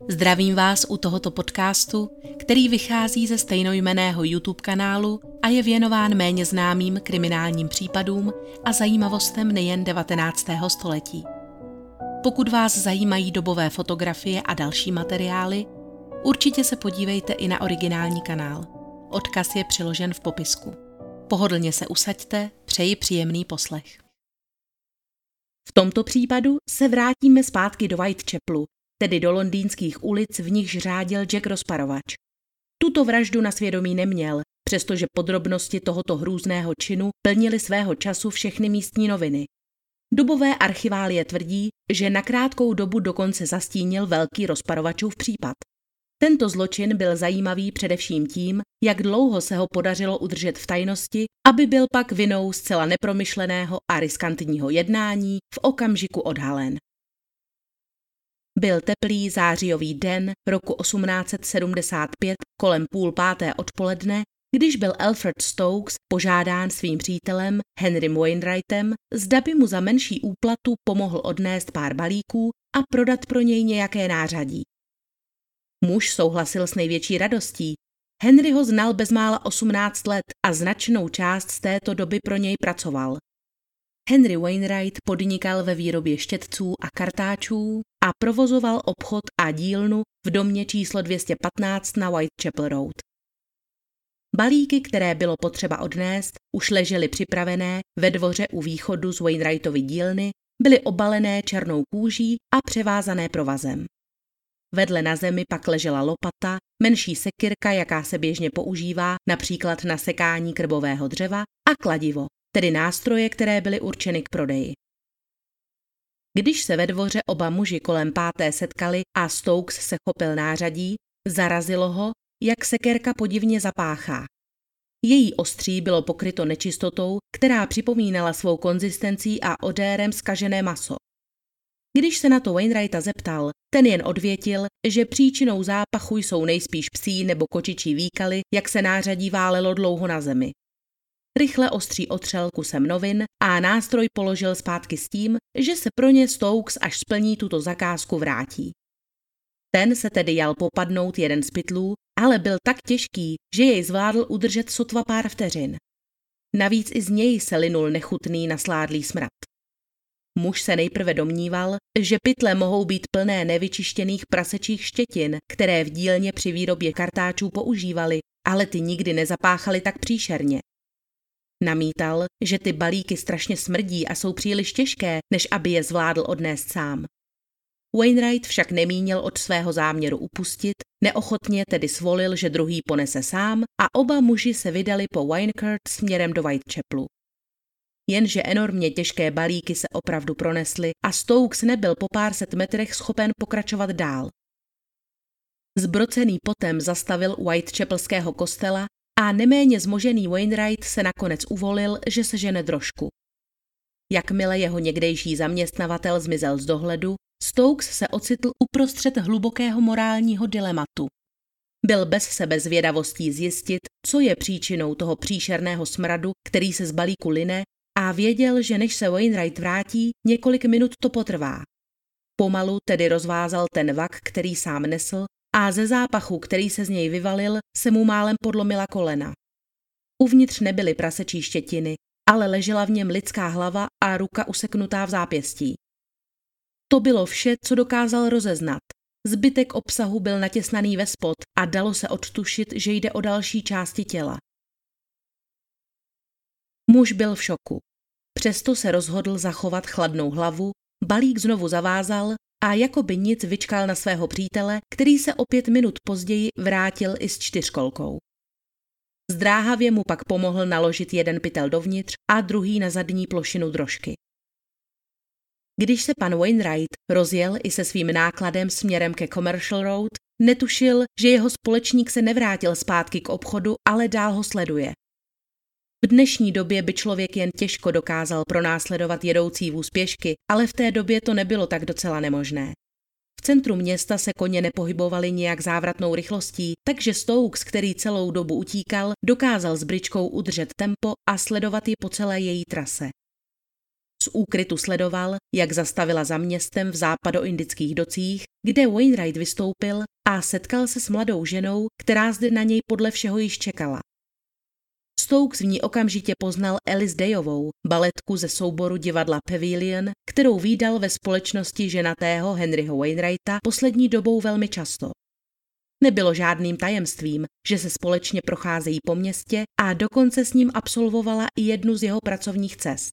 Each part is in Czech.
Zdravím vás u tohoto podcastu, který vychází ze stejnojmenného YouTube kanálu a je věnován méně známým kriminálním případům a zajímavostem nejen 19. století. Pokud vás zajímají dobové fotografie a další materiály, určitě se podívejte i na originální kanál. Odkaz je přiložen v popisku. Pohodlně se usaďte, přeji příjemný poslech. V tomto případu se vrátíme zpátky do Whitechapelu, tedy do londýnských ulic, v nichž řádil Jack rozparovač. Tuto vraždu na svědomí neměl, přestože podrobnosti tohoto hrůzného činu plnily svého času všechny místní noviny. Dobové archiválie tvrdí, že na krátkou dobu dokonce zastínil velký rozparovačův případ. Tento zločin byl zajímavý především tím, jak dlouho se ho podařilo udržet v tajnosti, aby byl pak vinou zcela nepromyšleného a riskantního jednání v okamžiku odhalen. Byl teplý zářijový den roku 1875 kolem 4:30 odpoledne, když byl Alfred Stokes požádán svým přítelem Henrym Wainwrightem, zda by mu za menší úplatu pomohl odnést pár balíků a prodat pro něj nějaké nářadí. Muž souhlasil s největší radostí. Henry ho znal bezmála 18 let a značnou část z této doby pro něj pracoval. Henry Wainwright podnikal ve výrobě štětců a kartáčů a provozoval obchod a dílnu v domě číslo 215 na Whitechapel Road. Balíky, které bylo potřeba odnést, už ležely připravené ve dvoře u východu z Wainwrightovy dílny, byly obalené černou kůží a převázané provazem. Vedle na zemi pak ležela lopata, menší sekyrka, jaká se běžně používá například na sekání krbového dřeva, a kladivo, tedy nástroje, které byly určeny k prodeji. Když se ve dvoře oba muži kolem 5. setkali a Stokes se chopil nářadí, zarazilo ho, jak sekérka podivně zapáchá. Její ostří bylo pokryto nečistotou, která připomínala svou konzistencí a odérem zkažené maso. Když se na to Wainwrighta zeptal, ten jen odvětil, že příčinou zápachu jsou nejspíš psí nebo kočičí výkaly, jak se nářadí válelo dlouho na zemi. Rychle ostří otřel kusem novin a nástroj položil zpátky s tím, že se pro ně Stokes, až splní tuto zakázku, vrátí. Ten se tedy jal popadnout jeden z pytlů, ale byl tak těžký, že jej zvládl udržet sotva pár vteřin. Navíc i z něj se linul nechutný nasládlý smrad. Muž se nejprve domníval, že pytle mohou být plné nevyčištěných prasečích štětin, které v dílně při výrobě kartáčů používali, ale ty nikdy nezapáchaly tak příšerně. Namítal, že ty balíky strašně smrdí a jsou příliš těžké, než aby je zvládl odnést sám. Wainwright však nemínil od svého záměru upustit, neochotně tedy svolil, že druhý ponese sám, a oba muži se vydali po Winecourt směrem do Whitechapelu. Jenže enormně těžké balíky se opravdu pronesly a Stokes nebyl po pár set metrech schopen pokračovat dál. Zbrocený potem zastavil u Whitechapelského kostela a neméně zmožený Wainwright se nakonec uvolil, že se žene drožku. Jakmile jeho někdejší zaměstnavatel zmizel z dohledu, Stokes se ocitl uprostřed hlubokého morálního dilematu. Byl bez sebe zvědavostí zjistit, co je příčinou toho příšerného smradu, který se z balíku line, a věděl, že než se Wainwright vrátí, několik minut to potrvá. Pomalu tedy rozvázal ten vak, který sám nesl, a ze zápachu, který se z něj vyvalil, se mu málem podlomila kolena. Uvnitř nebyly prasečí štětiny, ale ležela v něm lidská hlava a ruka useknutá v zápěstí. To bylo vše, co dokázal rozeznat. Zbytek obsahu byl natěsnaný ve spod a dalo se odtušit, že jde o další části těla. Muž byl v šoku. Přesto se rozhodl zachovat chladnou hlavu, balík znovu zavázal a jako by nic vyčkal na svého přítele, který se o 5 minut později vrátil i s 4kolkou. Zdráhavě mu pak pomohl naložit jeden pytel dovnitř a druhý na zadní plošinu drožky. Když se pan Wainwright rozjel i se svým nákladem směrem ke Commercial Road, netušil, že jeho společník se nevrátil zpátky k obchodu, ale dál ho sleduje. V dnešní době by člověk jen těžko dokázal pronásledovat jedoucí vůz pěšky, ale v té době to nebylo tak docela nemožné. V centru města se koně nepohybovali nijak závratnou rychlostí, takže Stokes, který celou dobu utíkal, dokázal s bričkou udržet tempo a sledovat ji po celé její trase. Z úkrytu sledoval, jak zastavila za městem v západoindických docích, kde Wainwright vystoupil a setkal se s mladou ženou, která zde na něj podle všeho již čekala. Stokes v ní okamžitě poznal Alice Dayovou, baletku ze souboru divadla Pavilion, kterou vídal ve společnosti ženatého Henryho Wainwrighta poslední dobou velmi často. Nebylo žádným tajemstvím, že se společně procházejí po městě a dokonce s ním absolvovala i jednu z jeho pracovních cest.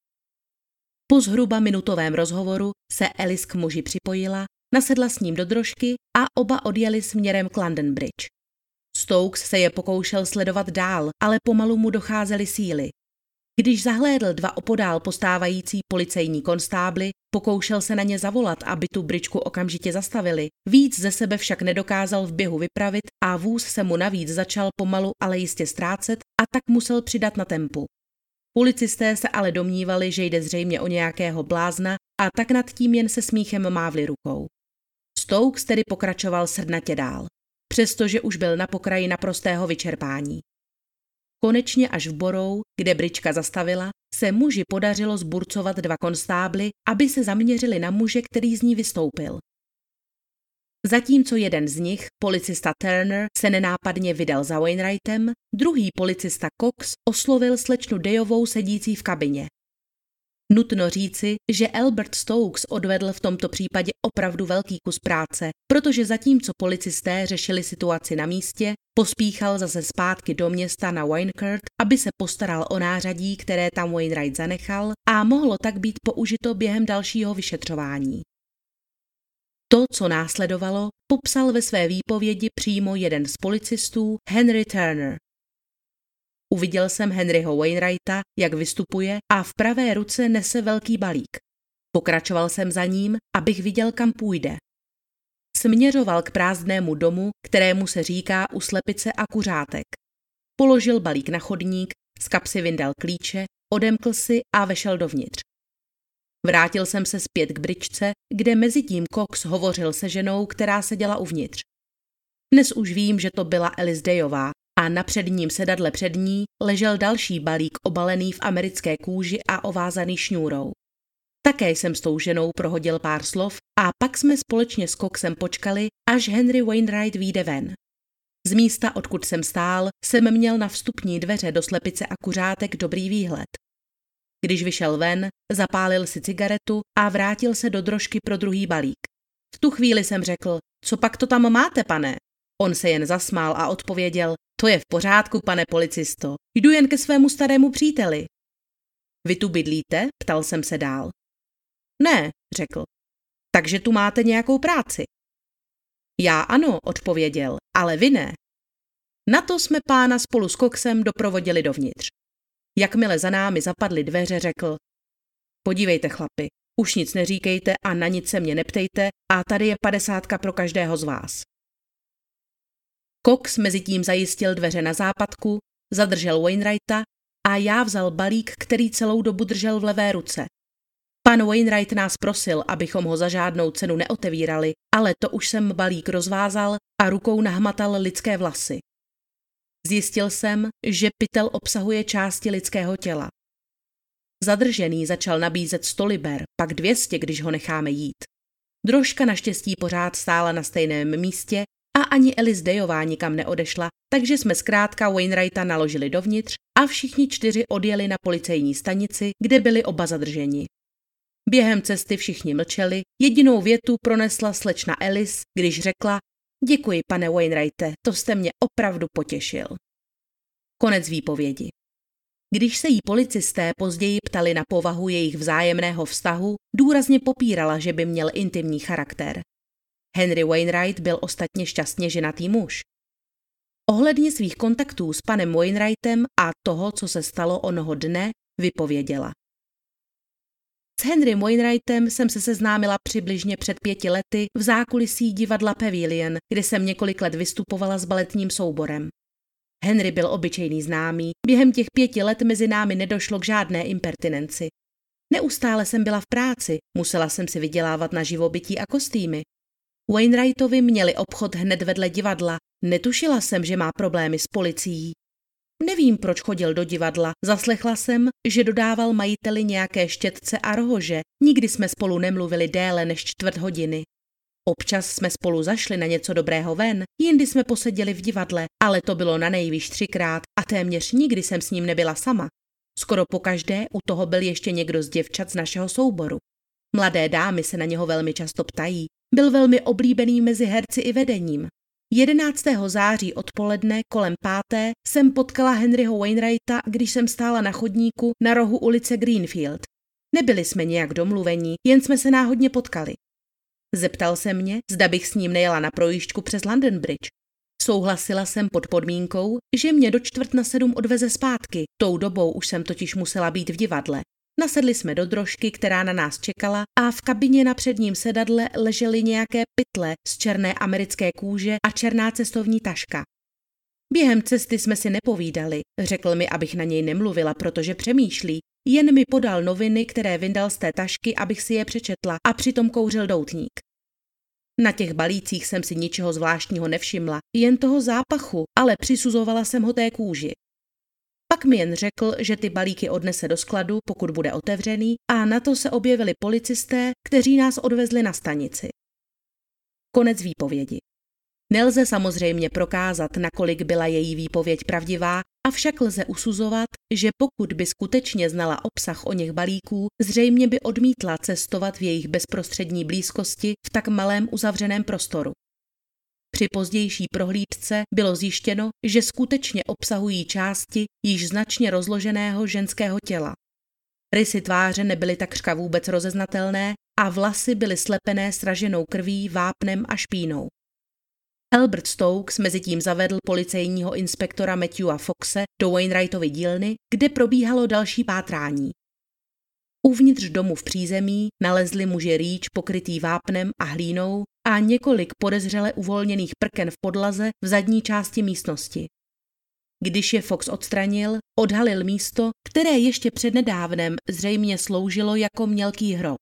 Po zhruba minutovém rozhovoru se Alice k muži připojila, nasedla s ním do drožky a oba odjeli směrem k London Bridge. Stokes se je pokoušel sledovat dál, ale pomalu mu docházely síly. Když zahlédl dva opodál postávající policejní konstábly, pokoušel se na ně zavolat, aby tu bryčku okamžitě zastavili. Víc ze sebe však nedokázal v běhu vypravit a vůz se mu navíc začal pomalu, ale jistě ztrácet a tak musel přidat na tempu. Policisté se ale domnívali, že jde zřejmě o nějakého blázna a tak nad tím jen se smíchem mávli rukou. Stokes tedy pokračoval srdnatě dál, přestože už byl na pokraji naprostého vyčerpání. Konečně až v Borough, kde bryčka zastavila, se muži podařilo zburcovat dva konstábly, aby se zaměřili na muže, který z ní vystoupil. Zatímco jeden z nich, policista Turner, se nenápadně vydal za Wainwrightem, druhý policista Cox oslovil slečnu Dayovou sedící v kabině. Nutno říci, že Albert Stokes odvedl v tomto případě opravdu velký kus práce, protože zatímco policisté řešili situaci na místě, pospíchal zase zpátky do města na Winecourt, aby se postaral o nářadí, které tam Wainwright zanechal a mohlo tak být použito během dalšího vyšetřování. To, co následovalo, popsal ve své výpovědi přímo jeden z policistů, Henry Turner. Uviděl jsem Henryho Wainwrighta, jak vystupuje a v pravé ruce nese velký balík. Pokračoval jsem za ním, abych viděl, kam půjde. Směřoval k prázdnému domu, kterému se říká u slepice a kuřátek. Položil balík na chodník, z kapsy vyndal klíče, odemkl si a vešel dovnitř. Vrátil jsem se zpět k bryčce, kde mezitím Cox hovořil se ženou, která seděla uvnitř. Dnes už vím, že to byla Alice Dayová a na předním sedadle před ní ležel další balík obalený v americké kůži a ovázaný šňůrou. Také jsem s tou ženou prohodil pár slov a pak jsme společně s Coxem počkali, až Henry Wainwright vyjde ven. Z místa, odkud jsem stál, jsem měl na vstupní dveře do slepice a kuřátek dobrý výhled. Když vyšel ven, zapálil si cigaretu a vrátil se do drožky pro druhý balík. V tu chvíli jsem řekl, co pak to tam máte, pane? On se jen zasmál a odpověděl, to je v pořádku, pane policisto, jdu jen ke svému starému příteli. Vy tu bydlíte? Ptal jsem se dál. Ne, řekl. Takže tu máte nějakou práci? Já ano, odpověděl, ale vy ne. Na to jsme pána spolu s Coxem doprovodili dovnitř. Jakmile za námi zapadly dveře, řekl, podívejte chlapi, už nic neříkejte a na nic se mě neptejte a tady je 50 pro každého z vás. Cox mezitím zajistil dveře na západku, zadržel Wainwrighta a já vzal balík, který celou dobu držel v levé ruce. Pan Wainwright nás prosil, abychom ho za žádnou cenu neotevírali, ale to už jsem balík rozvázal a rukou nahmatal lidské vlasy. Zjistil jsem, že pytel obsahuje části lidského těla. Zadržený začal nabízet 100 liber, pak 200, když ho necháme jít. Drožka naštěstí pořád stála na stejném místě a ani Alice Dayová nikam neodešla, takže jsme zkrátka Wainwrighta naložili dovnitř a všichni 4 odjeli na policejní stanici, kde byli oba zadrženi. Během cesty všichni mlčeli, jedinou větu pronesla slečna Alice, když řekla, děkuji, pane Wainwrighte, to jste mě opravdu potěšil. Konec výpovědi. Když se jí policisté později ptali na povahu jejich vzájemného vztahu, důrazně popírala, že by měl intimní charakter. Henry Wainwright byl ostatně šťastně ženatý muž. Ohledně svých kontaktů s panem Wainwrightem a toho, co se stalo onoho dne, vypověděla. S Henrym Wainwrightem jsem se seznámila přibližně před 5 lety v zákulisí divadla Pavilion, kde jsem několik let vystupovala s baletním souborem. Henry byl obyčejný známý, během těch 5 let mezi námi nedošlo k žádné impertinenci. Neustále jsem byla v práci, musela jsem si vydělávat na živobytí a kostýmy. Wainwrightovi měli obchod hned vedle divadla, netušila jsem, že má problémy s policií. Nevím, proč chodil do divadla. Zaslechla jsem, že dodával majiteli nějaké štětce a rohože. Nikdy jsme spolu nemluvili déle než 1/4 hodiny. Občas jsme spolu zašli na něco dobrého ven, jindy jsme poseděli v divadle, ale to bylo nanejvýš 3krát a téměř nikdy jsem s ním nebyla sama. Skoro pokaždé u toho byl ještě někdo z děvčat z našeho souboru. Mladé dámy se na něho velmi často ptají. Byl velmi oblíbený mezi herci i vedením. 11. září odpoledne kolem 5. jsem potkala Henryho Wainwrighta, když jsem stála na chodníku na rohu ulice Greenfield. Nebyli jsme nějak domluvení, jen jsme se náhodně potkali. Zeptal se mě, zda bych s ním nejela na projížďku přes London Bridge. Souhlasila jsem pod podmínkou, že mě do 6:45 odveze zpátky, tou dobou už jsem totiž musela být v divadle. Nasedli jsme do drožky, která na nás čekala a v kabině na předním sedadle ležely nějaké pytle z černé americké kůže a černá cestovní taška. Během cesty jsme si nepovídali, řekl mi, abych na něj nemluvila, protože přemýšlí, jen mi podal noviny, které vyndal z té tašky, abych si je přečetla a přitom kouřil doutník. Na těch balících jsem si ničeho zvláštního nevšimla, jen toho zápachu, ale přisuzovala jsem ho té kůži. Pak mi jen řekl, že ty balíky odnese do skladu, pokud bude otevřený, a na to se objevili policisté, kteří nás odvezli na stanici. Konec výpovědi. Nelze samozřejmě prokázat, nakolik byla její výpověď pravdivá, avšak lze usuzovat, že pokud by skutečně znala obsah oněch balíků, zřejmě by odmítla cestovat v jejich bezprostřední blízkosti v tak malém uzavřeném prostoru. Při pozdější prohlídce bylo zjištěno, že skutečně obsahují části již značně rozloženého ženského těla. Rysy tváře nebyly takřka vůbec rozeznatelné a vlasy byly slepené sraženou krví, vápnem a špínou. Albert Stokes mezitím zavedl policejního inspektora Matthewa Foxe do Wainwrightovy dílny, kde probíhalo další pátrání. Uvnitř domu v přízemí nalezli muži rýč pokrytý vápnem a hlínou a několik podezřele uvolněných prken v podlaze v zadní části místnosti. Když je Fox odstranil, odhalil místo, které ještě přednedávnem zřejmě sloužilo jako mělký hrob.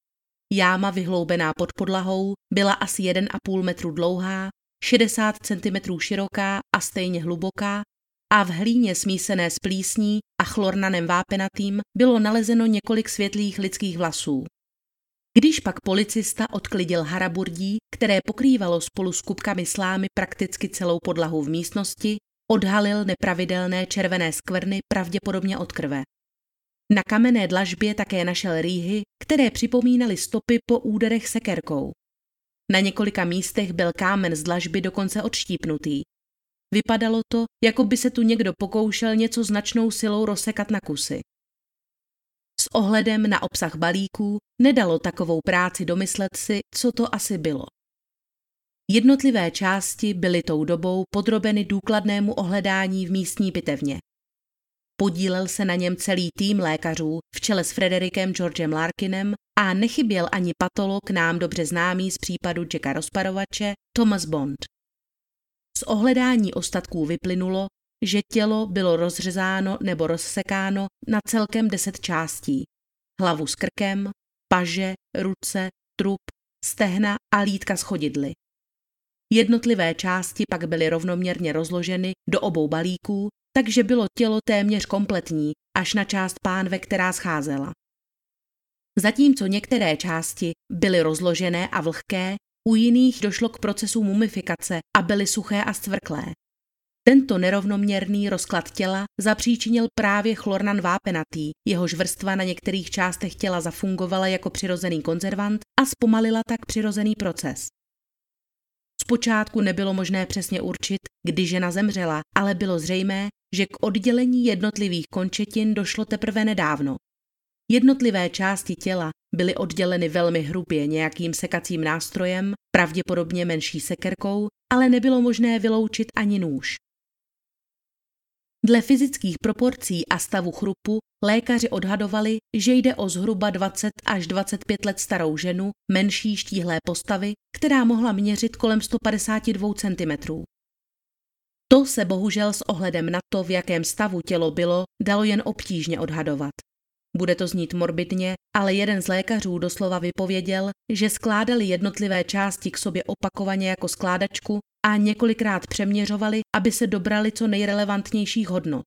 Jáma vyhloubená pod podlahou byla asi 1,5 metru dlouhá, 60 cm široká a stejně hluboká a v hlíně smísené s plísní a chlornanem vápenatým bylo nalezeno několik světlých lidských vlasů. Když pak policista odklidil haraburdí, které pokrývalo spolu s kubkami slámy prakticky celou podlahu v místnosti, odhalil nepravidelné červené skvrny pravděpodobně od krve. Na kamenné dlažbě také našel rýhy, které připomínaly stopy po úderech sekerkou. Na několika místech byl kámen z dlažby dokonce odštípnutý. Vypadalo to, jako by se tu někdo pokoušel něco značnou silou rozsekat na kusy. S ohledem na obsah balíků nedalo takovou práci domyslet si, co to asi bylo. Jednotlivé části byly tou dobou podrobeny důkladnému ohledání v místní pitevně. Podílel se na něm celý tým lékařů v čele s Frederickem Georgem Larkinem a nechyběl ani patolog nám dobře známý z případu Jacka rozparovače Thomas Bond. Z ohledání ostatků vyplynulo, že tělo bylo rozřezáno nebo rozsekáno na celkem 10 částí. Hlavu s krkem, paže, ruce, trup, stehna a lítka s chodidly. Jednotlivé části pak byly rovnoměrně rozloženy do obou balíků, takže bylo tělo téměř kompletní, až na část pánve, která scházela. Zatímco některé části byly rozložené a vlhké, u jiných došlo k procesu mumifikace a byly suché a stvrklé. Tento nerovnoměrný rozklad těla zapříčinil právě chlornan vápenatý, jehož vrstva na některých částech těla zafungovala jako přirozený konzervant a zpomalila tak přirozený proces. Zpočátku nebylo možné přesně určit, kdy žena zemřela, ale bylo zřejmé, že k oddělení jednotlivých končetin došlo teprve nedávno. Jednotlivé části těla byly odděleny velmi hrubě nějakým sekacím nástrojem, pravděpodobně menší sekerkou, ale nebylo možné vyloučit ani nůž. Dle fyzických proporcí a stavu chrupu lékaři odhadovali, že jde o zhruba 20 až 25 let starou ženu menší štíhlé postavy, která mohla měřit kolem 152 cm. To se bohužel s ohledem na to, v jakém stavu tělo bylo, dalo jen obtížně odhadovat. Bude to znít morbidně, ale jeden z lékařů doslova vypověděl, že skládali jednotlivé části k sobě opakovaně jako skládačku a několikrát přeměřovali, aby se dobrali co nejrelevantnějších hodnot.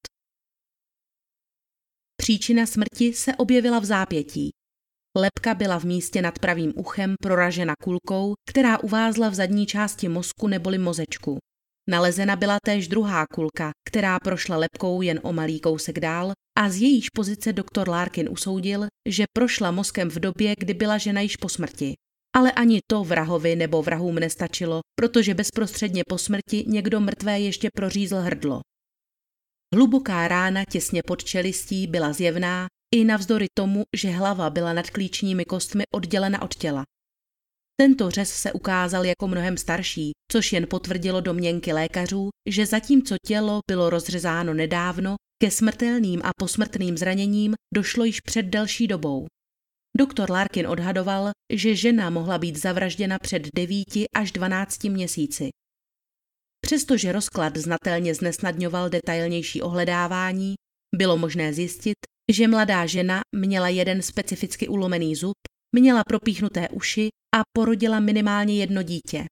Příčina smrti se objevila v zápětí. Lebka byla v místě nad pravým uchem proražena kulkou, která uvázla v zadní části mozku neboli mozečku. Nalezena byla též druhá kulka, která prošla lebkou jen o malý kousek dál a z jejíž pozice doktor Larkin usoudil, že prošla mozkem v době, kdy byla žena již po smrti. Ale ani to vrahovi nebo vrahům nestačilo, protože bezprostředně po smrti někdo mrtvé ještě prořízl hrdlo. Hluboká rána těsně pod čelistí byla zjevná i navzdory tomu, že hlava byla nad klíčními kostmi oddělena od těla. Tento řez se ukázal jako mnohem starší, což jen potvrdilo domněnky lékařů, že zatímco tělo bylo rozřezáno nedávno, ke smrtelným a posmrtným zraněním došlo již před delší dobou. Doktor Larkin odhadoval, že žena mohla být zavražděna před 9 až 12 měsíci. Přestože rozklad znatelně znesnadňoval detailnější ohledávání, bylo možné zjistit, že mladá žena měla jeden specificky ulomený zub, měla propíchnuté uši a porodila minimálně jedno dítě.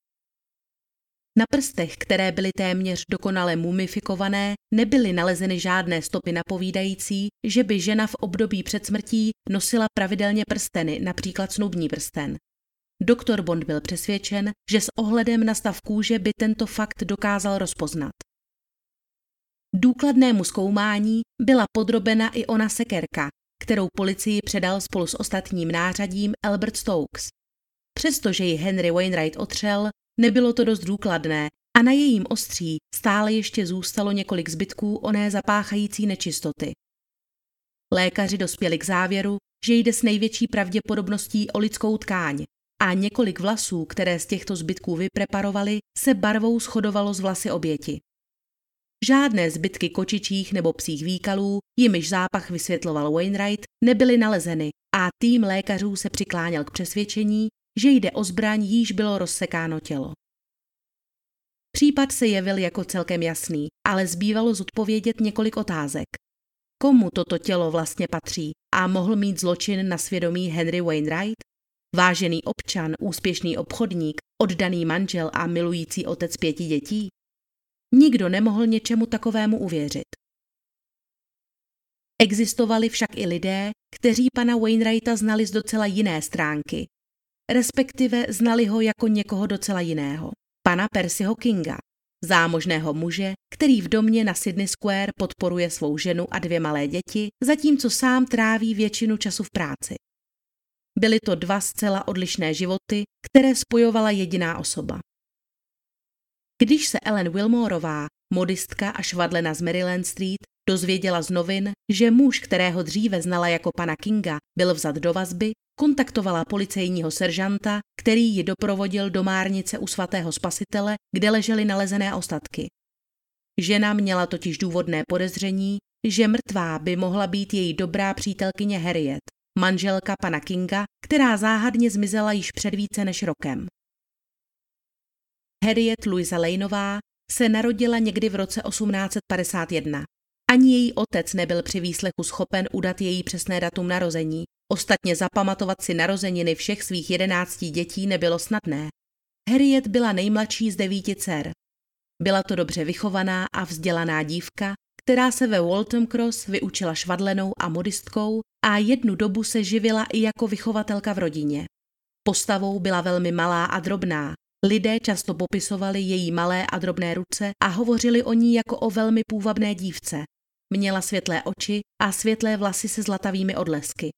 Na prstech, které byly téměř dokonale mumifikované, nebyly nalezeny žádné stopy napovídající, že by žena v období před smrtí nosila pravidelně prsteny, například snubní prsten. Doktor Bond byl přesvědčen, že s ohledem na stav kůže by tento fakt dokázal rozpoznat. Důkladnému zkoumání byla podrobena i ona sekerka, kterou policii předal spolu s ostatním nářadím Albert Stokes. Přestože ji Henry Wainwright otřel, nebylo to dost důkladné a na jejím ostří stále ještě zůstalo několik zbytků oné zapáchající nečistoty. Lékaři dospěli k závěru, že jde s největší pravděpodobností o lidskou tkáň a několik vlasů, které z těchto zbytků vypreparovali, se barvou shodovalo s vlasy oběti. Žádné zbytky kočičích nebo psích výkalů, jimiž zápach vysvětloval Wainwright, nebyly nalezeny a tým lékařů se přikláněl k přesvědčení, že jde o zbraň, jíž bylo rozsekáno tělo. Případ se jevil jako celkem jasný, ale zbývalo zodpovědět několik otázek. Komu toto tělo vlastně patří a mohl mít zločin na svědomí Henry Wainwright? Vážený občan, úspěšný obchodník, oddaný manžel a milující otec 5 dětí? Nikdo nemohl něčemu takovému uvěřit. Existovali však i lidé, kteří pana Wainwrighta znali z docela jiné stránky, respektive znali ho jako někoho docela jiného. Pana Percyho Kinga, zámožného muže, který v domě na Sydney Square podporuje svou ženu a 2 malé děti, zatímco sám tráví většinu času v práci. Byly to 2 zcela odlišné životy, které spojovala jediná osoba. Když se Ellen Wilmorová, modistka a švadlena z Maryland Street, dozvěděla z novin, že muž, kterého dříve znala jako pana Kinga, byl vzat do vazby, kontaktovala policejního seržanta, který ji doprovodil do márnice u svatého Spasitele, kde ležely nalezené ostatky. Žena měla totiž důvodné podezření, že mrtvá by mohla být její dobrá přítelkyně Harriet, manželka pana Kinga, která záhadně zmizela již před více než rokem. Harriet Louisa Laneová se narodila někdy v roce 1851. Ani její otec nebyl při výslechu schopen udat její přesné datum narození. Ostatně zapamatovat si narozeniny všech svých 11 dětí nebylo snadné. Harriet byla nejmladší z 9 dcer. Byla to dobře vychovaná a vzdělaná dívka, která se ve Waltham Cross vyučila švadlenou a modistkou a jednu dobu se živila i jako vychovatelka v rodině. Postavou byla velmi malá a drobná. Lidé často popisovali její malé a drobné ruce a hovořili o ní jako o velmi půvabné dívce. Měla světlé oči a světlé vlasy se zlatavými odlesky.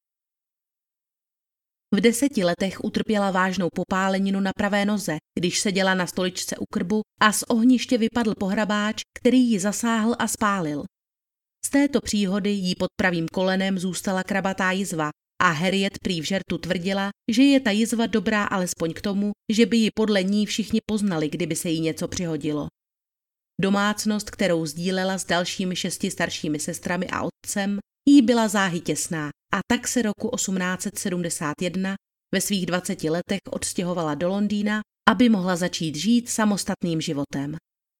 V 10 letech utrpěla vážnou popáleninu na pravé noze, když seděla na stoličce u krbu a z ohniště vypadl pohrabáč, který ji zasáhl a spálil. Z této příhody jí pod pravým kolenem zůstala krabatá jizva a Harriet prý v žertu tvrdila, že je ta jizva dobrá alespoň k tomu, že by ji podle ní všichni poznali, kdyby se jí něco přihodilo. Domácnost, kterou sdílela s dalšími 6 staršími sestrami a otcem, jí byla záhy těsná a tak se roku 1871 ve svých 20 letech odstěhovala do Londýna, aby mohla začít žít samostatným životem.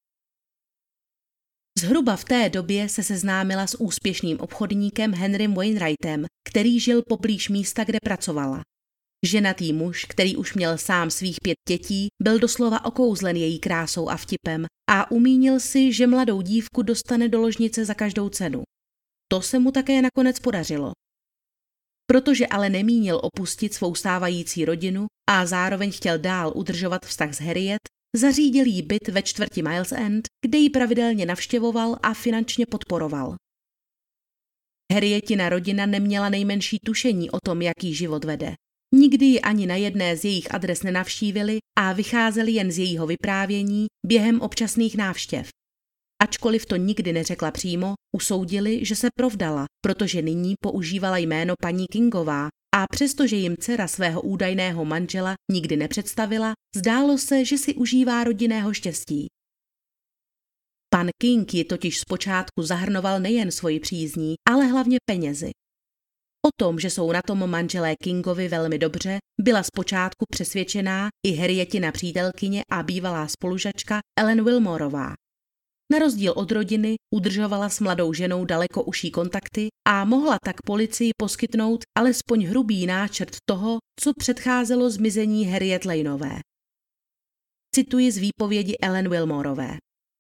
Zhruba v té době se seznámila s úspěšným obchodníkem Henrym Wainwrightem, který žil poblíž místa, kde pracovala. Ženatý muž, který už měl sám svých 5 dětí, byl doslova okouzlen její krásou a vtipem a umínil si, že mladou dívku dostane do ložnice za každou cenu. To se mu také nakonec podařilo. Protože ale nemínil opustit svou stávající rodinu a zároveň chtěl dál udržovat vztah s Harriet, zařídil jí byt ve čtvrti Miles End, kde ji pravidelně navštěvoval a finančně podporoval. Harrietina rodina neměla nejmenší tušení o tom, jaký život vede. Nikdy ji ani na jedné z jejich adres nenavštívili a vycházeli jen z jejího vyprávění během občasných návštěv. Ačkoliv to nikdy neřekla přímo, usoudili, že se provdala, protože nyní používala jméno paní Kingová a přestože jim dcera svého údajného manžela nikdy nepředstavila, zdálo se, že si užívá rodinného štěstí. Pan King ji totiž zpočátku zahrnoval nejen svoji přízní, ale hlavně penězi. O tom, že jsou na tom manželé Kingovi velmi dobře, byla zpočátku přesvědčená i Harrietina přítelkyně a bývalá spolužačka Ellen Wilmorová. Na rozdíl od rodiny udržovala s mladou ženou daleko užší kontakty a mohla tak policii poskytnout alespoň hrubý náčrt toho, co předcházelo zmizení Harriet Laneové. Cituji z výpovědi Ellen Wilmorové.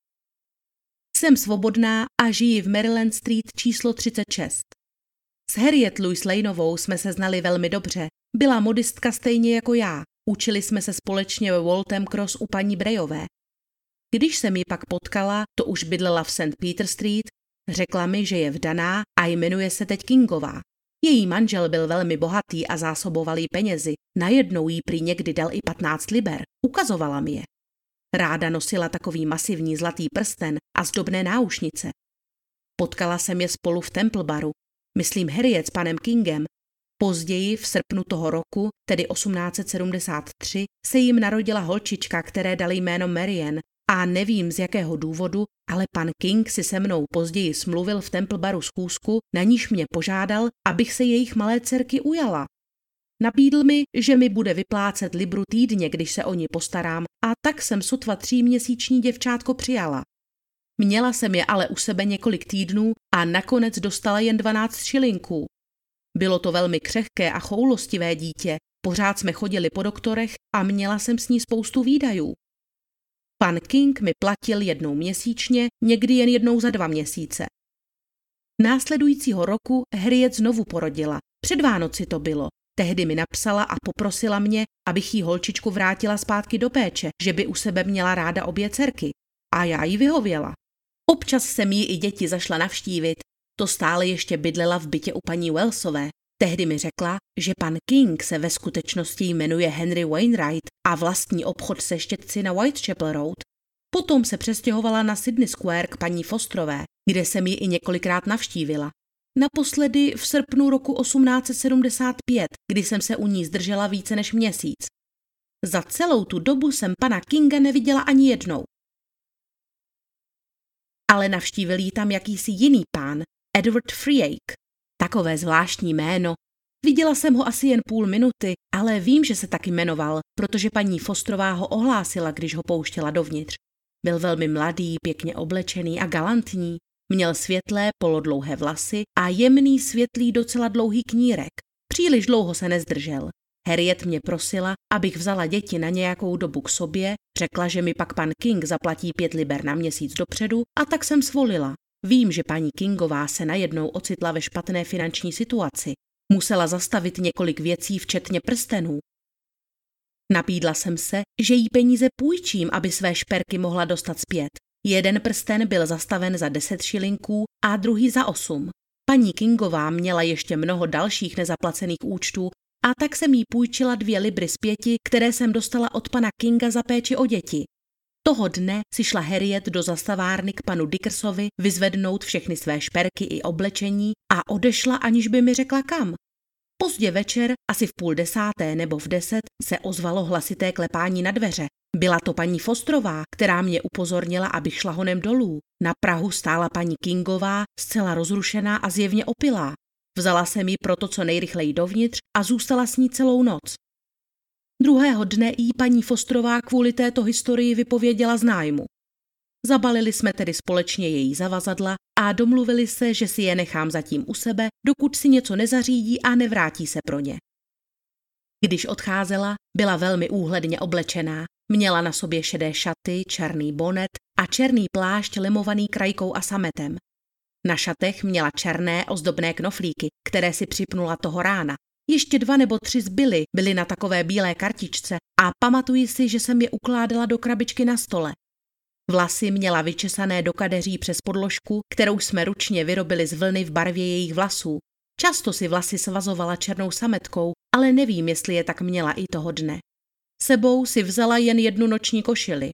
Jsem svobodná a žiji v Maryland Street číslo 36. S Harriet Louise Laneovou jsme se znali velmi dobře, byla modistka stejně jako já, učili jsme se společně ve Waltham Cross u paní Brayové. Když jsem ji pak potkala, to už bydlela v St. Peter Street, řekla mi, že je vdaná a jmenuje se teď Kingová. Její manžel byl velmi bohatý a zásoboval jí penězi, najednou jí prý někdy dal i 15 liber, ukazovala mi je. Ráda nosila takový masivní zlatý prsten a zdobné náušnice. Potkala jsem je spolu v Temple Baru, myslím Harriet s panem Kingem. Později v srpnu toho roku, tedy 1873, se jim narodila holčička, které dali jméno Marian a nevím z jakého důvodu, ale pan King si se mnou později smluvil v Temple Baru schůzku, na níž mě požádal, abych se jejich malé dcerky ujala. Nabídl mi, že mi bude vyplácet libru týdně, když se o ní postarám, a tak jsem sotva 3měsíční děvčátko přijala. Měla jsem je ale u sebe několik týdnů a nakonec dostala jen 12 šilinků. Bylo to velmi křehké a choulostivé dítě, pořád jsme chodili po doktorech a měla jsem s ní spoustu výdajů. Pan King mi platil 1 měsíčně, někdy jen 1 za 2 měsíce. Následujícího roku Harriet znovu porodila, před Vánoci to bylo. Tehdy mi napsala a poprosila mě, abych jí holčičku vrátila zpátky do péče, že by u sebe měla ráda obě dcerky. A já jí vyhověla. Občas jsem jí i děti zašla navštívit, to stále ještě bydlela v bytě u paní Wellsové. Tehdy mi řekla, že pan King se ve skutečnosti jmenuje Henry Wainwright a vlastní obchod se štětci na Whitechapel Road. Potom se přestěhovala na Sydney Square k paní Fosterové, kde jsem ji i několikrát navštívila. Naposledy v srpnu roku 1875, kdy jsem se u ní zdržela více než měsíc. Za celou tu dobu jsem pana Kinga neviděla ani jednou. Ale navštívil jí tam jakýsi jiný pán, Edward Freake. Takové zvláštní jméno. Viděla jsem ho asi jen půl minuty, ale vím, že se taky jmenoval, protože paní Fosterová ho ohlásila, když ho pouštěla dovnitř. Byl velmi mladý, pěkně oblečený a galantní. Měl světlé, polodlouhé vlasy a jemný, světlý, docela dlouhý knírek. Příliš dlouho se nezdržel. Harriet mě prosila, abych vzala děti na nějakou dobu k sobě, řekla, že mi pak pan King zaplatí 5 liber na měsíc dopředu a tak jsem svolila. Vím, že paní Kingová se najednou ocitla ve špatné finanční situaci. Musela zastavit několik věcí, včetně prstenů. Nabídla jsem se, že jí peníze půjčím, aby své šperky mohla dostat zpět. Jeden prsten byl zastaven za 10 šilinků a druhý za 8. Paní Kingová měla ještě mnoho dalších nezaplacených účtů a tak jsem jí půjčila 2 libry z 5, které jsem dostala od pana Kinga za péči o děti. Toho dne si šla Harriet do zastavárny k panu Dickersovi vyzvednout všechny své šperky i oblečení a odešla, aniž by mi řekla kam. Pozdě večer, asi v 9:30 nebo v 10, se ozvalo hlasité klepání na dveře. Byla to paní Fosterová, která mě upozornila, abych šla honem dolů. Na prahu stála paní Kingová, zcela rozrušená a zjevně opilá. Vzala jsem ji proto co nejrychleji dovnitř a zůstala s ní celou noc. Druhého dne jí paní Fosterová kvůli této historii vypověděla z nájmu. Zabalili jsme tedy společně její zavazadla a domluvili se, že si je nechám zatím u sebe, dokud si něco nezařídí a nevrátí se pro ně. Když odcházela, byla velmi úhledně oblečená. Měla na sobě šedé šaty, černý bonet a černý plášť lemovaný krajkou a sametem. Na šatech měla černé ozdobné knoflíky, které si připnula toho rána. Ještě 2 nebo 3 zbyly, byly na takové bílé kartičce a pamatuji si, že jsem je ukládala do krabičky na stole. Vlasy měla vyčesané do kadeří přes podložku, kterou jsme ručně vyrobili z vlny v barvě jejich vlasů. Často si vlasy svazovala černou sametkou, ale nevím, jestli je tak měla i toho dne. Sebou si vzala jen 1 noční košili.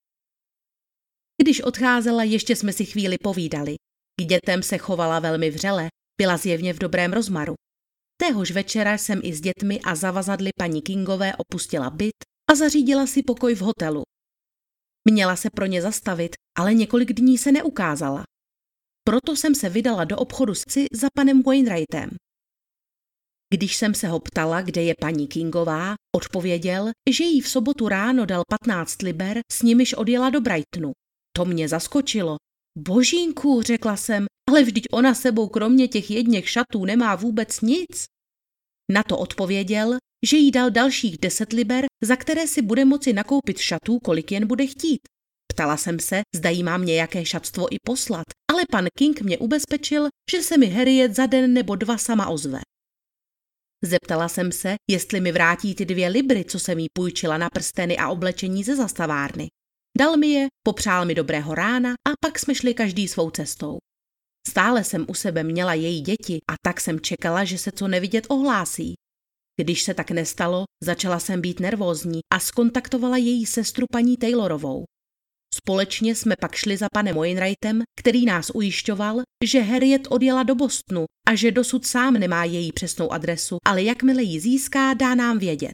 Když odcházela, ještě jsme si chvíli povídali. K dětem se chovala velmi vřele, byla zjevně v dobrém rozmaru. Téhož večera jsem i s dětmi a zavazadly paní Kingové opustila byt a zařídila si pokoj v hotelu. Měla se pro ně zastavit, ale několik dní se neukázala. Proto jsem se vydala do obchodu za panem Wainwrightem. Když jsem se ho ptala, kde je paní Kingová, odpověděl, že jí v sobotu ráno dal 15 liber, s nimiž odjela do Brightonu. To mě zaskočilo. Božínku, řekla jsem, ale vždyť ona sebou kromě těch 1 šatů nemá vůbec nic. Na to odpověděl, že jí dal dalších 10 liber, za které si bude moci nakoupit šatů, kolik jen bude chtít. Ptala jsem se, zda jí mám nějaké šatstvo i poslat, ale pan King mě ubezpečil, že se mi Harriet za den nebo 2 sama ozve. Zeptala jsem se, jestli mi vrátí ty 2 libry, co jsem jí půjčila na prsteny a oblečení ze zastavárny. Dal mi je, popřál mi dobrého rána a pak jsme šli každý svou cestou. Stále jsem u sebe měla její děti a tak jsem čekala, že se co nevidět ohlásí. Když se tak nestalo, začala jsem být nervózní a skontaktovala její sestru paní Taylorovou. Společně jsme pak šli za panem Wainwrightem, který nás ujišťoval, že Harriet odjela do Bostonu a že dosud sám nemá její přesnou adresu, ale jakmile ji získá, dá nám vědět.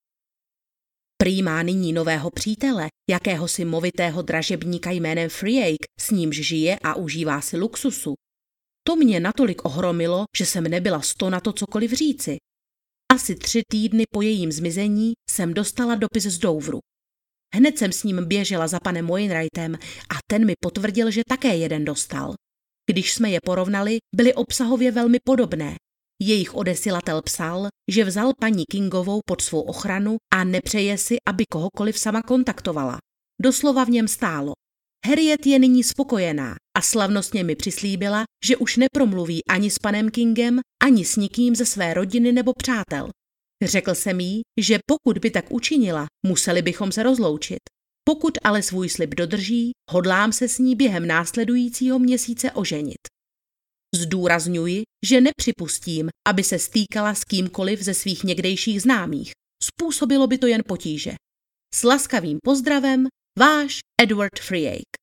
Prý má nyní nového přítele, jakéhosi movitého dražebníka jménem Freake, s nímž žije a užívá si luxusu. To mě natolik ohromilo, že jsem nebyla sto na to cokoliv říci. Asi 3 týdny po jejím zmizení jsem dostala dopis z Douvru. Hned jsem s ním běžela za panem Wainwrightem a ten mi potvrdil, že také jeden dostal. Když jsme je porovnali, byly obsahově velmi podobné. Jejich odesilatel psal, že vzal paní Kingovou pod svou ochranu a nepřeje si, aby kohokoliv sama kontaktovala. Doslova v něm stálo. Harriet je nyní spokojená a slavnostně mi přislíbila, že už nepromluví ani s panem Kingem, ani s nikým ze své rodiny nebo přátel. Řekl jsem jí, že pokud by tak učinila, museli bychom se rozloučit. Pokud ale svůj slib dodrží, hodlám se s ní během následujícího měsíce oženit. Zdůrazňuji, že nepřipustím, aby se stýkala s kýmkoliv ze svých někdejších známých. Způsobilo by to jen potíže. S laskavým pozdravem, váš Edward Freake.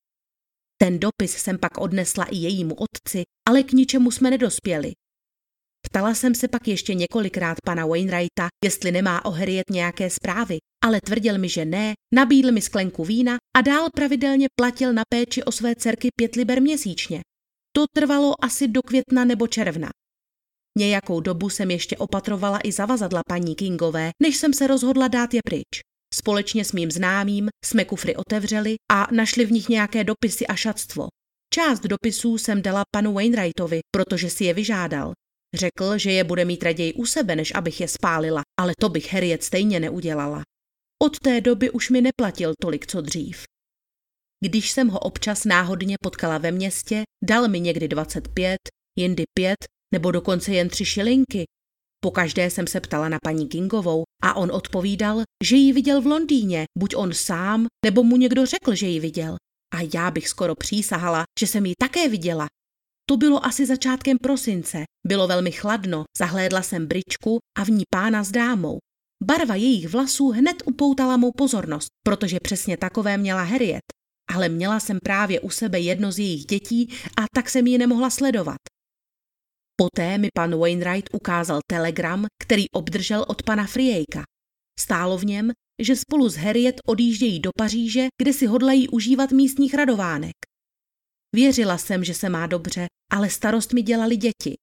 Ten dopis jsem pak odnesla i jejímu otci, ale k ničemu jsme nedospěli. Ptala jsem se pak ještě několikrát pana Wainwrighta, jestli nemá o Harriet nějaké zprávy, ale tvrdil mi, že ne, nabídl mi sklenku vína a dál pravidelně platil na péči o své dcerky 5 liber měsíčně. To trvalo asi do května nebo června. Nějakou dobu jsem ještě opatrovala i zavazadla paní Kingové, než jsem se rozhodla dát je pryč. Společně s mým známým jsme kufry otevřeli a našli v nich nějaké dopisy a šatstvo. Část dopisů jsem dala panu Wainwrightovi, protože si je vyžádal. Řekl, že je bude mít raději u sebe, než abych je spálila, ale to bych Harriet stejně neudělala. Od té doby už mi neplatil tolik, co dřív. Když jsem ho občas náhodně potkala ve městě, dal mi někdy 25, jindy 5 nebo dokonce jen 3 šilinky. Pokaždé jsem se ptala na paní Kingovou a on odpovídal, že ji viděl v Londýně, buď on sám, nebo mu někdo řekl, že ji viděl. A já bych skoro přísahala, že jsem ji také viděla. To bylo asi začátkem prosince, bylo velmi chladno, zahlédla jsem bryczku a v ní pána s dámou. Barva jejich vlasů hned upoutala mou pozornost, protože přesně takové měla Harriet. Ale měla jsem právě u sebe jedno z jejich dětí a tak jsem ji nemohla sledovat. Poté mi pan Wainwright ukázal telegram, který obdržel od pana Freakea. Stálo v něm, že spolu s Harriet odjíždějí do Paříže, kde si hodlají užívat místních radovánek. Věřila jsem, že se má dobře, ale starost mi dělali děti.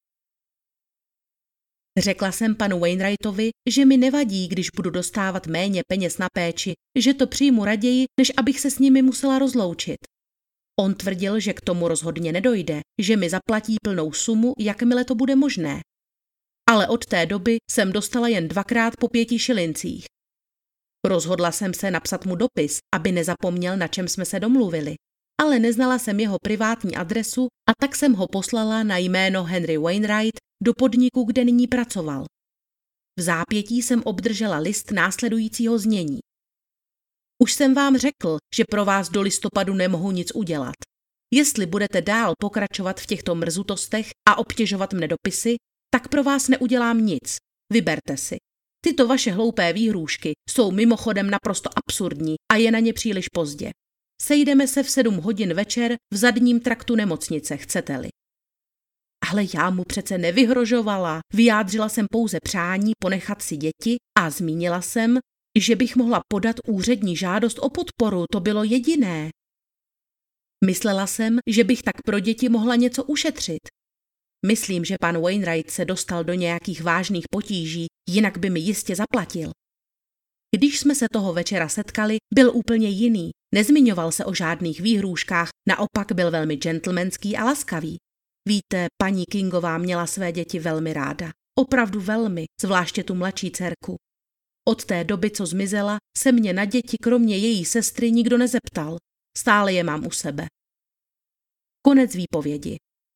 Řekla jsem panu Wainwrightovi, že mi nevadí, když budu dostávat méně peněz na péči, že to přijmu raději, než abych se s nimi musela rozloučit. On tvrdil, že k tomu rozhodně nedojde, že mi zaplatí plnou sumu, jakmile to bude možné. ale od té doby jsem dostala jen 2krát po 5 šilincích. Rozhodla jsem se napsat mu dopis, aby nezapomněl, na čem jsme se domluvili, ale neznala jsem jeho privátní adresu a tak jsem ho poslala na jméno Henry Wainwright do podniku, kde nyní pracoval. V zápětí jsem obdržela list následujícího znění. Už jsem vám řekl, že pro vás do listopadu nemohu nic udělat. Jestli budete dál pokračovat v těchto mrzutostech a obtěžovat mne dopisy, tak pro vás neudělám nic. Vyberte si. Tyto vaše hloupé výhrůžky jsou mimochodem naprosto absurdní a je na ně příliš pozdě. Sejdeme se v 7 hodin večer v zadním traktu nemocnice, chcete-li. Ale já mu přece nevyhrožovala, vyjádřila jsem pouze přání ponechat si děti a zmínila jsem, že bych mohla podat úřední žádost o podporu, to bylo jediné. Myslela jsem, že bych tak pro děti mohla něco ušetřit. Myslím, že pan Wainwright se dostal do nějakých vážných potíží, jinak by mi jistě zaplatil. Když jsme se toho večera setkali, byl úplně jiný, nezmiňoval se o žádných výhrůžkách, naopak byl velmi gentlemanský a laskavý. Víte, paní Kingová měla své děti velmi ráda, opravdu velmi, zvláště tu mladší dcerku. Od té doby, co zmizela, se mě na děti kromě její sestry nikdo nezeptal. Stále je mám u sebe. Konec výpovědi.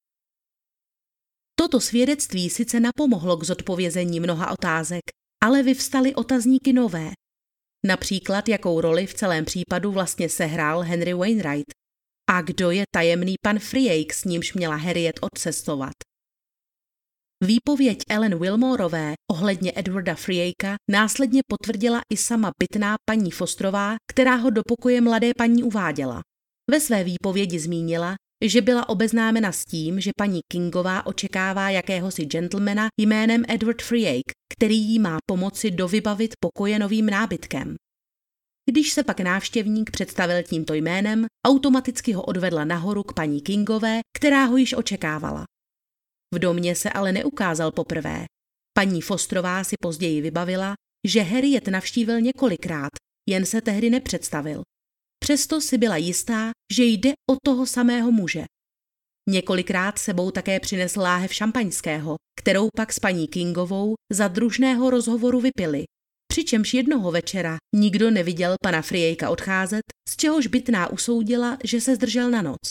Toto svědectví sice napomohlo k zodpovězení mnoha otázek, ale vyvstaly otazníky nové. Například, jakou roli v celém případu vlastně sehrál Henry Wainwright a kdo je tajemný pan Friake, s nímž měla Harriet odcestovat. Výpověď Ellen Wilmorové ohledně Edwarda Friaka následně potvrdila i sama pitná paní Fosterová, která ho do pokoje mladé paní uváděla. Ve své výpovědi zmínila, že byla obeznámena s tím, že paní Kingová očekává jakéhosi gentlemana jménem Edward Friake, který jí má pomoci dovybavit pokoje novým nábytkem. Když se pak návštěvník představil tímto jménem, automaticky ho odvedla nahoru k paní Kingové, která ho již očekávala. V domě se ale neukázal poprvé. Paní Fosterová si později vybavila, že Harriet navštívil několikrát, jen se tehdy nepředstavil. Přesto si byla jistá, že jde o toho samého muže. Několikrát sebou také přinesl láhev šampaňského, kterou pak s paní Kingovou za družného rozhovoru vypili. Přičemž jednoho večera nikdo neviděl pana Friaka odcházet, z čehož bytná usoudila, že se zdržel na noc.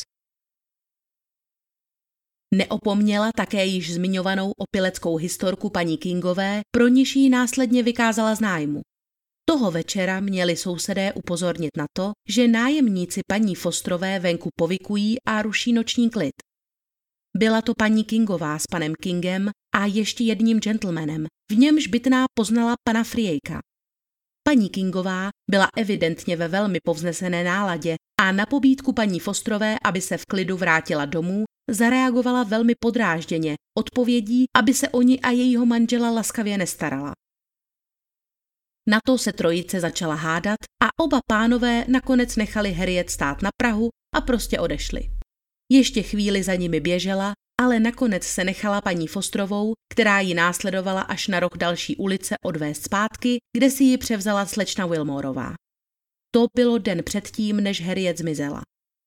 Neopomněla také již zmiňovanou opileckou historku paní Kingové, pro niž jí následně vykázala z nájmu. Toho večera měli sousedé upozornit na to, že nájemníci paní Fosterové venku povykují a ruší noční klid. Byla to paní Kingová s panem Kingem a ještě jedním gentlemanem, v němž bytná poznala pana Friaka. Paní Kingová byla evidentně ve velmi povznesené náladě a na pobídku paní Fosterové, aby se v klidu vrátila domů, zareagovala velmi podrážděně, odpovědí, aby se o ni a jejího manžela laskavě nestarala. Na to se trojice začala hádat a oba pánové nakonec nechali Harriet stát na prahu a prostě odešli. Ještě chvíli za nimi běžela, ale nakonec se nechala paní Fosterovou, která ji následovala až na roh další ulice, odvést zpátky, kde si ji převzala slečna Wilmorová. To bylo den předtím, než Harriet zmizela.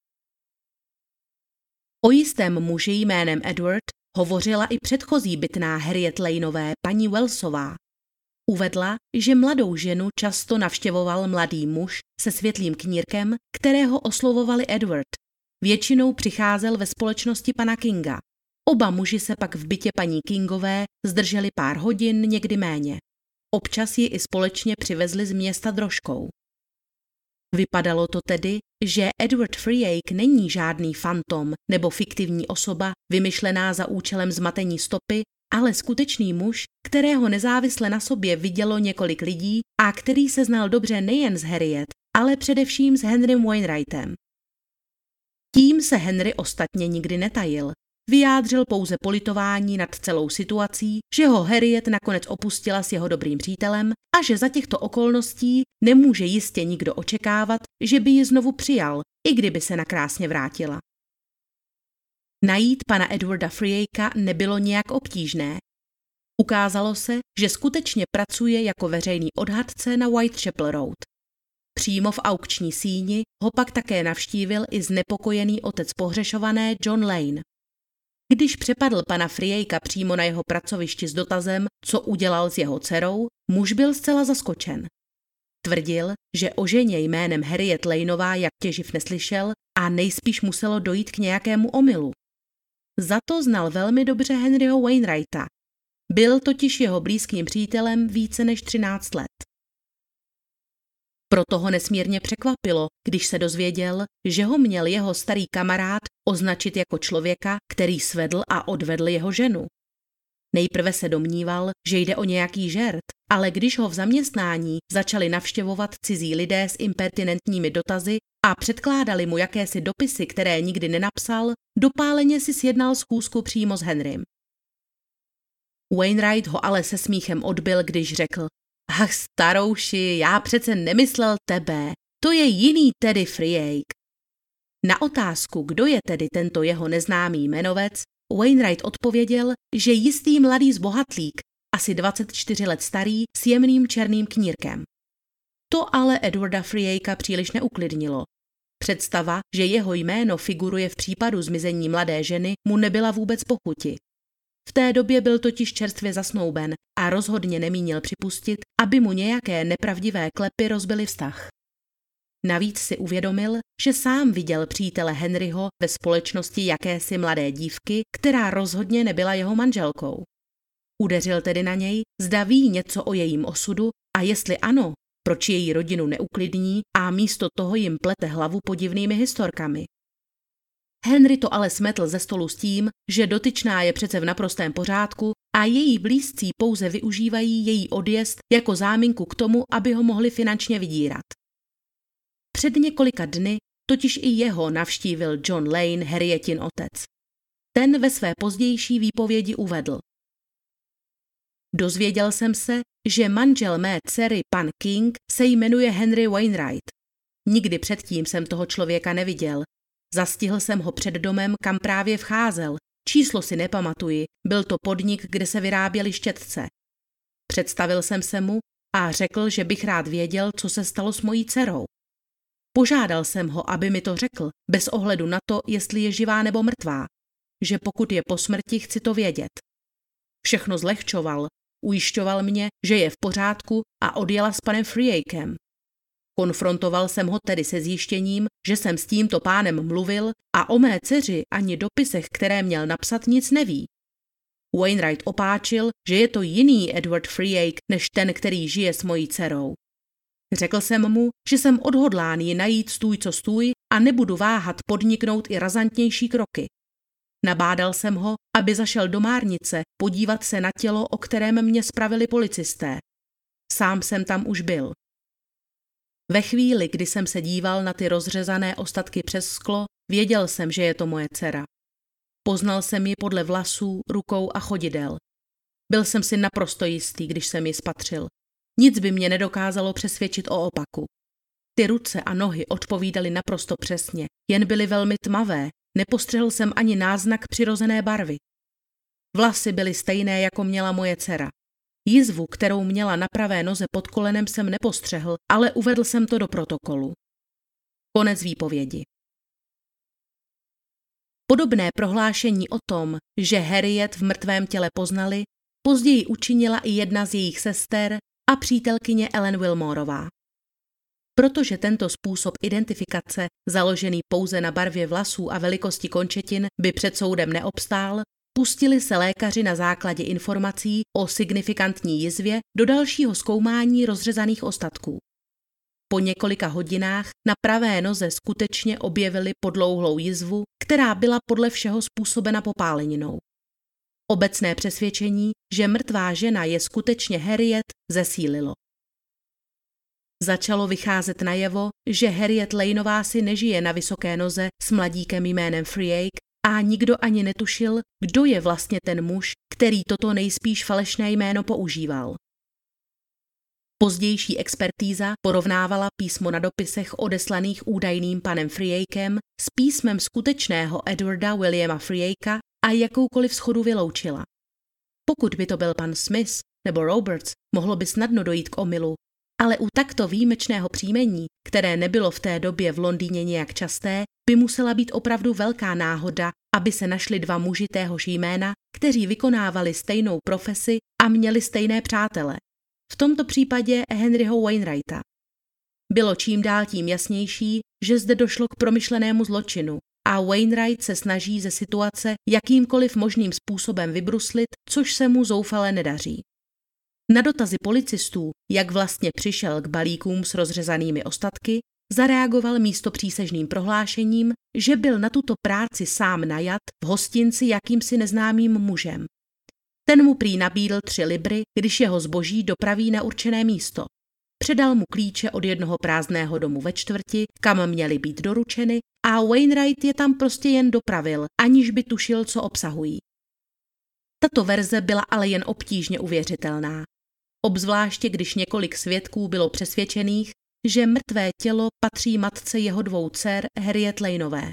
O jistém muži jménem Edward hovořila i předchozí bytná Harriet Laneové paní Wellsová. Uvedla, že mladou ženu často navštěvoval mladý muž se světlým knírkem, kterého oslovovali Edward. Většinou přicházel ve společnosti pana Kinga. Oba muži se pak v bytě paní Kingové zdrželi pár hodin, někdy méně. Občas ji i společně přivezli z města drožkou. Vypadalo to tedy, že Edward Friake není žádný fantom nebo fiktivní osoba vymyšlená za účelem zmatení stopy, ale skutečný muž, kterého nezávisle na sobě vidělo několik lidí a který se znal dobře nejen s Harriet, ale především s Henrym Wainwrightem. Tím se Henry ostatně nikdy netajil. Vyjádřil pouze politování nad celou situací, že ho Harriet nakonec opustila s jeho dobrým přítelem a že za těchto okolností nemůže jistě nikdo očekávat, že by ji znovu přijal, i kdyby se nakrásně vrátila. Najít pana Edwarda Friaka nebylo nějak obtížné. Ukázalo se, že skutečně pracuje jako veřejný odhadce na Whitechapel Road. Přímo v aukční síni ho pak také navštívil i znepokojený otec pohřešované John Lane. Když přepadl pana Friejka přímo na jeho pracovišti s dotazem, co udělal s jeho dcerou, muž byl zcela zaskočen. Tvrdil, že o ženě jménem Harriet Laneová jak těživ neslyšel a nejspíš muselo dojít k nějakému omylu. Za to znal velmi dobře Henryho Wainwrighta. Byl totiž jeho blízkým přítelem více než 13 let. Proto ho nesmírně překvapilo, když se dozvěděl, že ho měl jeho starý kamarád označit jako člověka, který svedl a odvedl jeho ženu. Nejprve se domníval, že jde o nějaký žert, ale když ho v zaměstnání začali navštěvovat cizí lidé s impertinentními dotazy a předkládali mu jakési dopisy, které nikdy nenapsal, dopáleně si sjednal schůzku přímo s Henrym. Wainwright ho ale se smíchem odbil, když řekl: Ach, starouši, já přece nemyslel tebe, to je jiný Teddy Friejk. Na otázku, kdo je tedy tento jeho neznámý jmenovec, Wainwright odpověděl, že jistý mladý zbohatlík, asi 24 let starý, s jemným černým knírkem. To ale Edwarda Friejka příliš neuklidnilo. Představa, že jeho jméno figuruje v případu zmizení mladé ženy, mu nebyla vůbec po chuti. V té době byl totiž čerstvě zasnouben a rozhodně nemínil připustit, aby mu nějaké nepravdivé klepy rozbily vztah. Navíc si uvědomil, že sám viděl přítele Henryho ve společnosti jakési mladé dívky, která rozhodně nebyla jeho manželkou. Udeřil tedy na něj, zda ví něco o jejím osudu a jestli ano, proč její rodinu neuklidní a místo toho jim plete hlavu podivnými historkami. Henry to ale smetl ze stolu s tím, že dotyčná je přece v naprostém pořádku a její blízcí pouze využívají její odjezd jako záminku k tomu, aby ho mohli finančně vydírat. Před několika dny totiž i jeho navštívil John Lane, Harrietin otec. Ten ve své pozdější výpovědi uvedl: Dozvěděl jsem se, že manžel mé dcery, pan King, se jmenuje Henry Wainwright. Nikdy předtím jsem toho člověka neviděl. Zastihl jsem ho před domem, kam právě vcházel. Číslo si nepamatuji, byl to podnik, kde se vyráběly štětce. Představil jsem se mu a řekl, že bych rád věděl, co se stalo s mojí dcerou. Požádal jsem ho, aby mi to řekl, bez ohledu na to, jestli je živá nebo mrtvá, že pokud je po smrti, chci to vědět. Všechno zlehčoval, ujišťoval mě, že je v pořádku a odjela s panem Friejkem. Konfrontoval jsem ho tedy se zjištěním, že jsem s tímto pánem mluvil a o mé dceři ani dopisech, které měl napsat, nic neví. Wainwright opáčil, že je to jiný Edward Friejk než ten, který žije s mojí dcerou. Řekl jsem mu, že jsem odhodlán ji najít stůj co stůj a nebudu váhat podniknout i razantnější kroky. Nabádal jsem ho, aby zašel do Márnice podívat se na tělo, o kterém mě spravili policisté. Sám jsem tam už byl. Ve chvíli, kdy jsem se díval na ty rozřezané ostatky přes sklo, věděl jsem, že je to moje dcera. Poznal jsem ji podle vlasů, rukou a chodidel. Byl jsem si naprosto jistý, když jsem ji spatřil. Nic by mě nedokázalo přesvědčit o opaku. Ty ruce a nohy odpovídaly naprosto přesně, jen byly velmi tmavé, nepostřehl jsem ani náznak přirozené barvy. Vlasy byly stejné, jako měla moje dcera. Jizvu, kterou měla na pravé noze pod kolenem, jsem nepostřehl, ale uvedl jsem to do protokolu. Konec výpovědi. Podobné prohlášení o tom, že Harriet v mrtvém těle poznali, později učinila i jedna z jejich sester a přítelkyně Ellen Wilmoreová. Protože tento způsob identifikace, založený pouze na barvě vlasů a velikosti končetin, by před soudem neobstál, pustili se lékaři na základě informací o signifikantní jizvě do dalšího zkoumání rozřezaných ostatků. Po několika hodinách na pravé noze skutečně objevili podlouhlou jizvu, která byla podle všeho způsobena popáleninou. Obecné přesvědčení, že mrtvá žena je skutečně Harriet, zesílilo. Začalo vycházet najevo, že Harriet Laneová si nežije na vysoké noze s mladíkem jménem Friejk a nikdo ani netušil, kdo je vlastně ten muž, který toto nejspíš falešné jméno používal. Pozdější expertíza porovnávala písmo na dopisech odeslaných údajným panem Friejkem s písmem skutečného Edwarda Williama Friejka a jakoukoliv shodu vyloučila. Pokud by to byl pan Smith nebo Roberts, mohlo by snadno dojít k omylu, ale u takto výjimečného příjmení, které nebylo v té době v Londýně nějak časté, by musela být opravdu velká náhoda, aby se našli dva muži téhož jména, kteří vykonávali stejnou profesi a měli stejné přátele. V tomto případě Henryho Wainwrighta. Bylo čím dál tím jasnější, že zde došlo k promyšlenému zločinu a Wainwright se snaží ze situace jakýmkoliv možným způsobem vybruslit, což se mu zoufale nedaří. Na dotazy policistů, jak vlastně přišel k balíkům s rozřezanými ostatky, zareagoval místopřísežným prohlášením, že byl na tuto práci sám najat v hostinci jakýmsi neznámým mužem. Ten mu prý nabídl 3 libry, když jeho zboží dopraví na určené místo. Předal mu klíče od jednoho prázdného domu ve čtvrti, kam měly být doručeny, a Wainwright je tam prostě jen dopravil, aniž by tušil, co obsahují. Tato verze byla ale jen obtížně uvěřitelná. Obzvláště když několik svědků bylo přesvědčených, že mrtvé tělo patří matce jeho 2 dcer Harriet Laneové.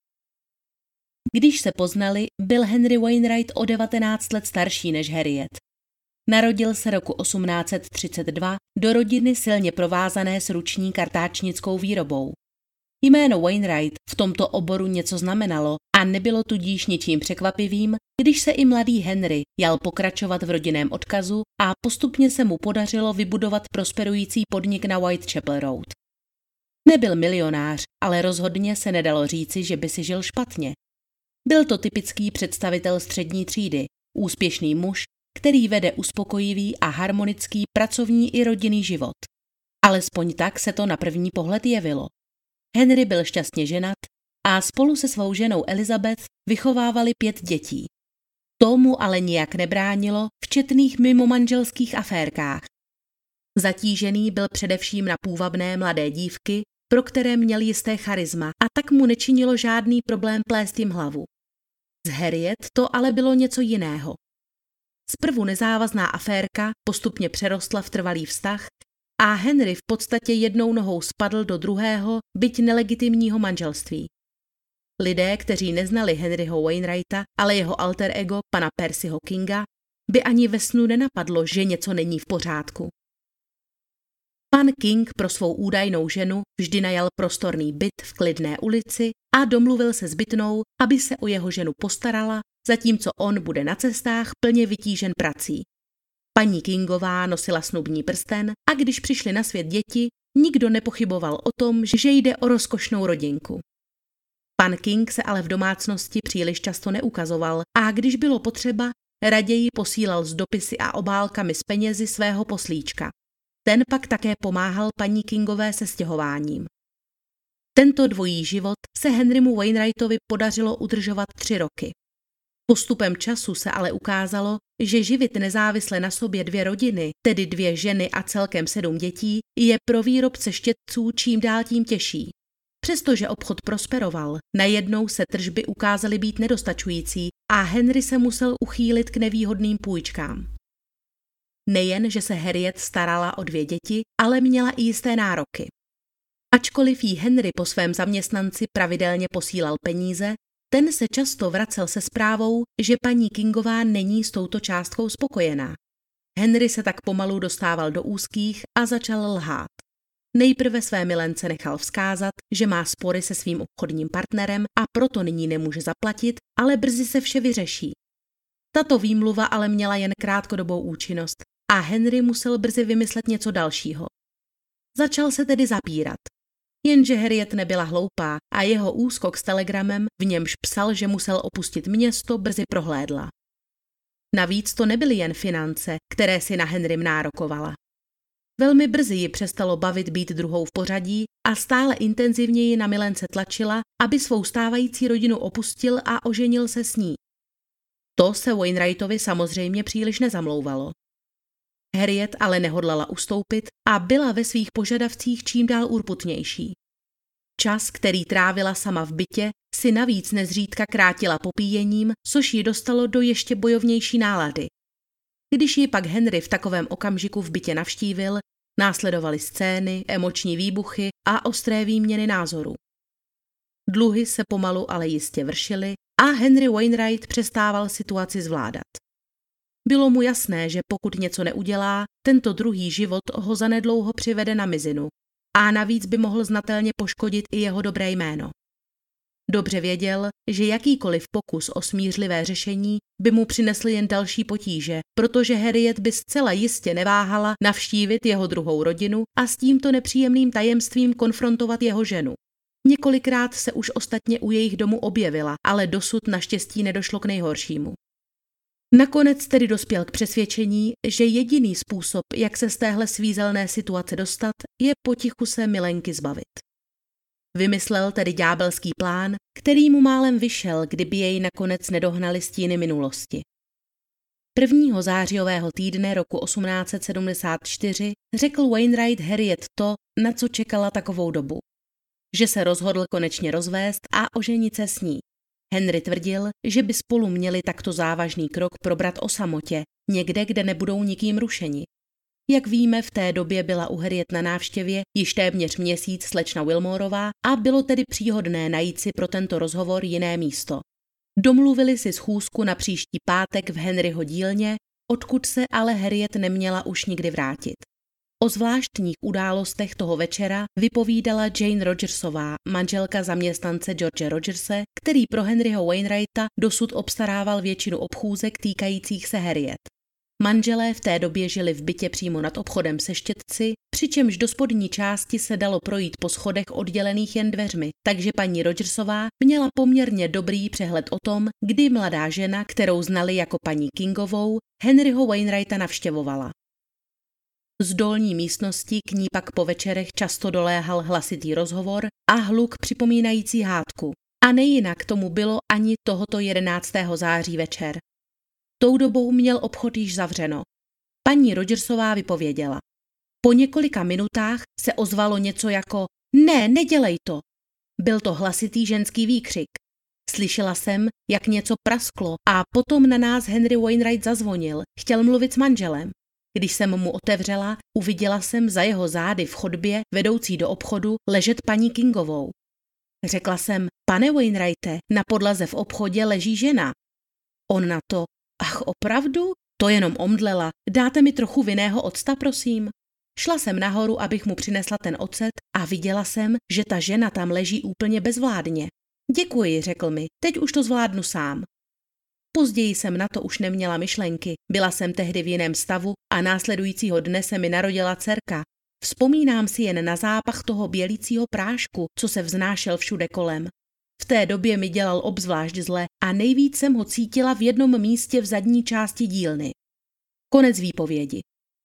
Když se poznali, byl Henry Wainwright o 19 let starší než Harriet. Narodil se roku 1832 do rodiny silně provázané s ruční kartáčnickou výrobou. Jméno Wainwright v tomto oboru něco znamenalo a nebylo tudíž ničím překvapivým, když se i mladý Henry jal pokračovat v rodinném odkazu a postupně se mu podařilo vybudovat prosperující podnik na Whitechapel Road. Nebyl milionář, ale rozhodně se nedalo říci, že by si žil špatně. Byl to typický představitel střední třídy, úspěšný muž, který vede uspokojivý a harmonický pracovní i rodinný život. Alespoň tak se to na první pohled jevilo. Henry byl šťastně ženat a spolu se svou ženou Elizabeth vychovávali 5 dětí. Tomu ale nijak nebránilo v četných mimomanželských aférkách. Zatížený byl především na půvabné mladé dívky, pro které měl jisté charisma a tak mu nečinilo žádný problém plést jim hlavu. Z Harriet to ale bylo něco jiného. Zprvu nezávazná aférka postupně přerostla v trvalý vztah a Henry v podstatě jednou nohou spadl do druhého, byť nelegitimního manželství. Lidé, kteří neznali Henryho Wainwrighta, ale jeho alter ego, pana Percyho Kinga, by ani ve snu nenapadlo, že něco není v pořádku. Pan King pro svou údajnou ženu vždy najal prostorný byt v klidné ulici a domluvil se s bytnou, aby se o jeho ženu postarala, zatímco on bude na cestách plně vytížen prací. Paní Kingová nosila snubní prsten a když přišly na svět děti, nikdo nepochyboval o tom, že jde o rozkošnou rodinku. Pan King se ale v domácnosti příliš často neukazoval a když bylo potřeba, raději posílal s dopisy a obálkami s penězi svého poslíčka. Ten pak také pomáhal paní Kingové se stěhováním. Tento dvojí život se Henrymu Wainwrightovi podařilo udržovat 3 roky. Postupem času se ale ukázalo, že živit nezávisle na sobě 2 rodiny, tedy 2 ženy a celkem 7 dětí, je pro výrobce štětců čím dál tím těžší. Přestože obchod prosperoval, najednou se tržby ukázaly být nedostačující a Henry se musel uchýlit k nevýhodným půjčkám. Nejen, že se Harriet starala o 2 děti, ale měla i jisté nároky. Ačkoliv jí Henry po svém zaměstnanci pravidelně posílal peníze, ten se často vracel se zprávou, že paní Kingová není s touto částkou spokojená. Henry se tak pomalu dostával do úzkých a začal lhát. Nejprve své milence nechal vzkázat, že má spory se svým obchodním partnerem a proto nyní nemůže zaplatit, ale brzy se vše vyřeší. Tato výmluva ale měla jen krátkodobou účinnost a Henry musel brzy vymyslet něco dalšího. Začal se tedy zapírat. Jenže Harriet nebyla hloupá a jeho úskok s telegramem, v němž psal, že musel opustit město, brzy prohlédla. Navíc to nebyly jen finance, které si na Henrym nárokovala. Velmi brzy ji přestalo bavit být druhou v pořadí a stále intenzivněji na milence tlačila, aby svou stávající rodinu opustil a oženil se s ní. To se Wainwrightovi samozřejmě příliš nezamlouvalo. Harriet ale nehodlala ustoupit a byla ve svých požadavcích čím dál urputnější. Čas, který trávila sama v bytě, si navíc nezřídka krátila popíjením, což ji dostalo do ještě bojovnější nálady. Když ji pak Henry v takovém okamžiku v bytě navštívil, následovaly scény, emoční výbuchy a ostré výměny názorů. Dluhy se pomalu ale jistě vršily a Henry Wainwright přestával situaci zvládat. Bylo mu jasné, že pokud něco neudělá, tento druhý život ho zanedlouho přivede na mizinu a navíc by mohl znatelně poškodit i jeho dobré jméno. Dobře věděl, že jakýkoliv pokus o smířlivé řešení by mu přinesl jen další potíže, protože Harriet by zcela jistě neváhala navštívit jeho druhou rodinu a s tímto nepříjemným tajemstvím konfrontovat jeho ženu. Několikrát se už ostatně u jejich domu objevila, ale dosud naštěstí nedošlo k nejhoršímu. Nakonec tedy dospěl k přesvědčení, že jediný způsob, jak se z téhle svízelné situace dostat, je potichu se milenky zbavit. Vymyslel tedy ďábelský plán, který mu málem vyšel, kdyby jej nakonec nedohnaly stíny minulosti. 1. zářijového týdne roku 1874 řekl Wainwright Harriet to, na co čekala takovou dobu. Že se rozhodl konečně rozvést a oženit se s ní. Henry tvrdil, že by spolu měli takto závažný krok probrat o samotě, někde, kde nebudou nikým rušeni. Jak víme, v té době byla u Harriet na návštěvě již téměř měsíc slečna Wilmorová a bylo tedy příhodné najít si pro tento rozhovor jiné místo. Domluvili si schůzku na příští pátek v Henryho dílně, odkud se ale Harriet neměla už nikdy vrátit. O zvláštních událostech toho večera vypovídala Jane Rogersová, manželka zaměstnance George Rogerse, který pro Henryho Wainwrighta dosud obstarával většinu obchůzek týkajících se Harriet. Manželé v té době žili v bytě přímo nad obchodem se Štětci, přičemž do spodní části se dalo projít po schodech oddělených jen dveřmi, takže paní Rogersová měla poměrně dobrý přehled o tom, kdy mladá žena, kterou znali jako paní Kingovou, Henryho Wainwrighta navštěvovala. Z dolní místnosti k ní pak po večerech často doléhal hlasitý rozhovor a hluk připomínající hádku. A nejinak tomu bylo ani tohoto 11. září večer. Tou dobou měl obchod již zavřeno. Paní Rogersová vypověděla. Po několika minutách se ozvalo něco jako ne, nedělej to. Byl to hlasitý ženský výkřik. Slyšela jsem, jak něco prasklo a potom na nás Henry Wainwright zazvonil, chtěl mluvit s manželem. Když jsem mu otevřela, uviděla jsem za jeho zády v chodbě vedoucí do obchodu ležet paní Kingovou. Řekla jsem, pane Wainwrighte, na podlaze v obchodě leží žena. On na to, ach opravdu? To jenom omdlela, dáte mi trochu vinného octa, prosím. Šla jsem nahoru, abych mu přinesla ten ocet a viděla jsem, že ta žena tam leží úplně bezvládně. Děkuji, řekl mi, teď už to zvládnu sám. Později jsem na to už neměla myšlenky, byla jsem tehdy v jiném stavu a následujícího dne se mi narodila dcerka. Vzpomínám si jen na zápach toho bělícího prášku, co se vznášel všude kolem. V té době mi dělal obzvlášť zle a nejvíc jsem ho cítila v jednom místě v zadní části dílny. Konec výpovědi.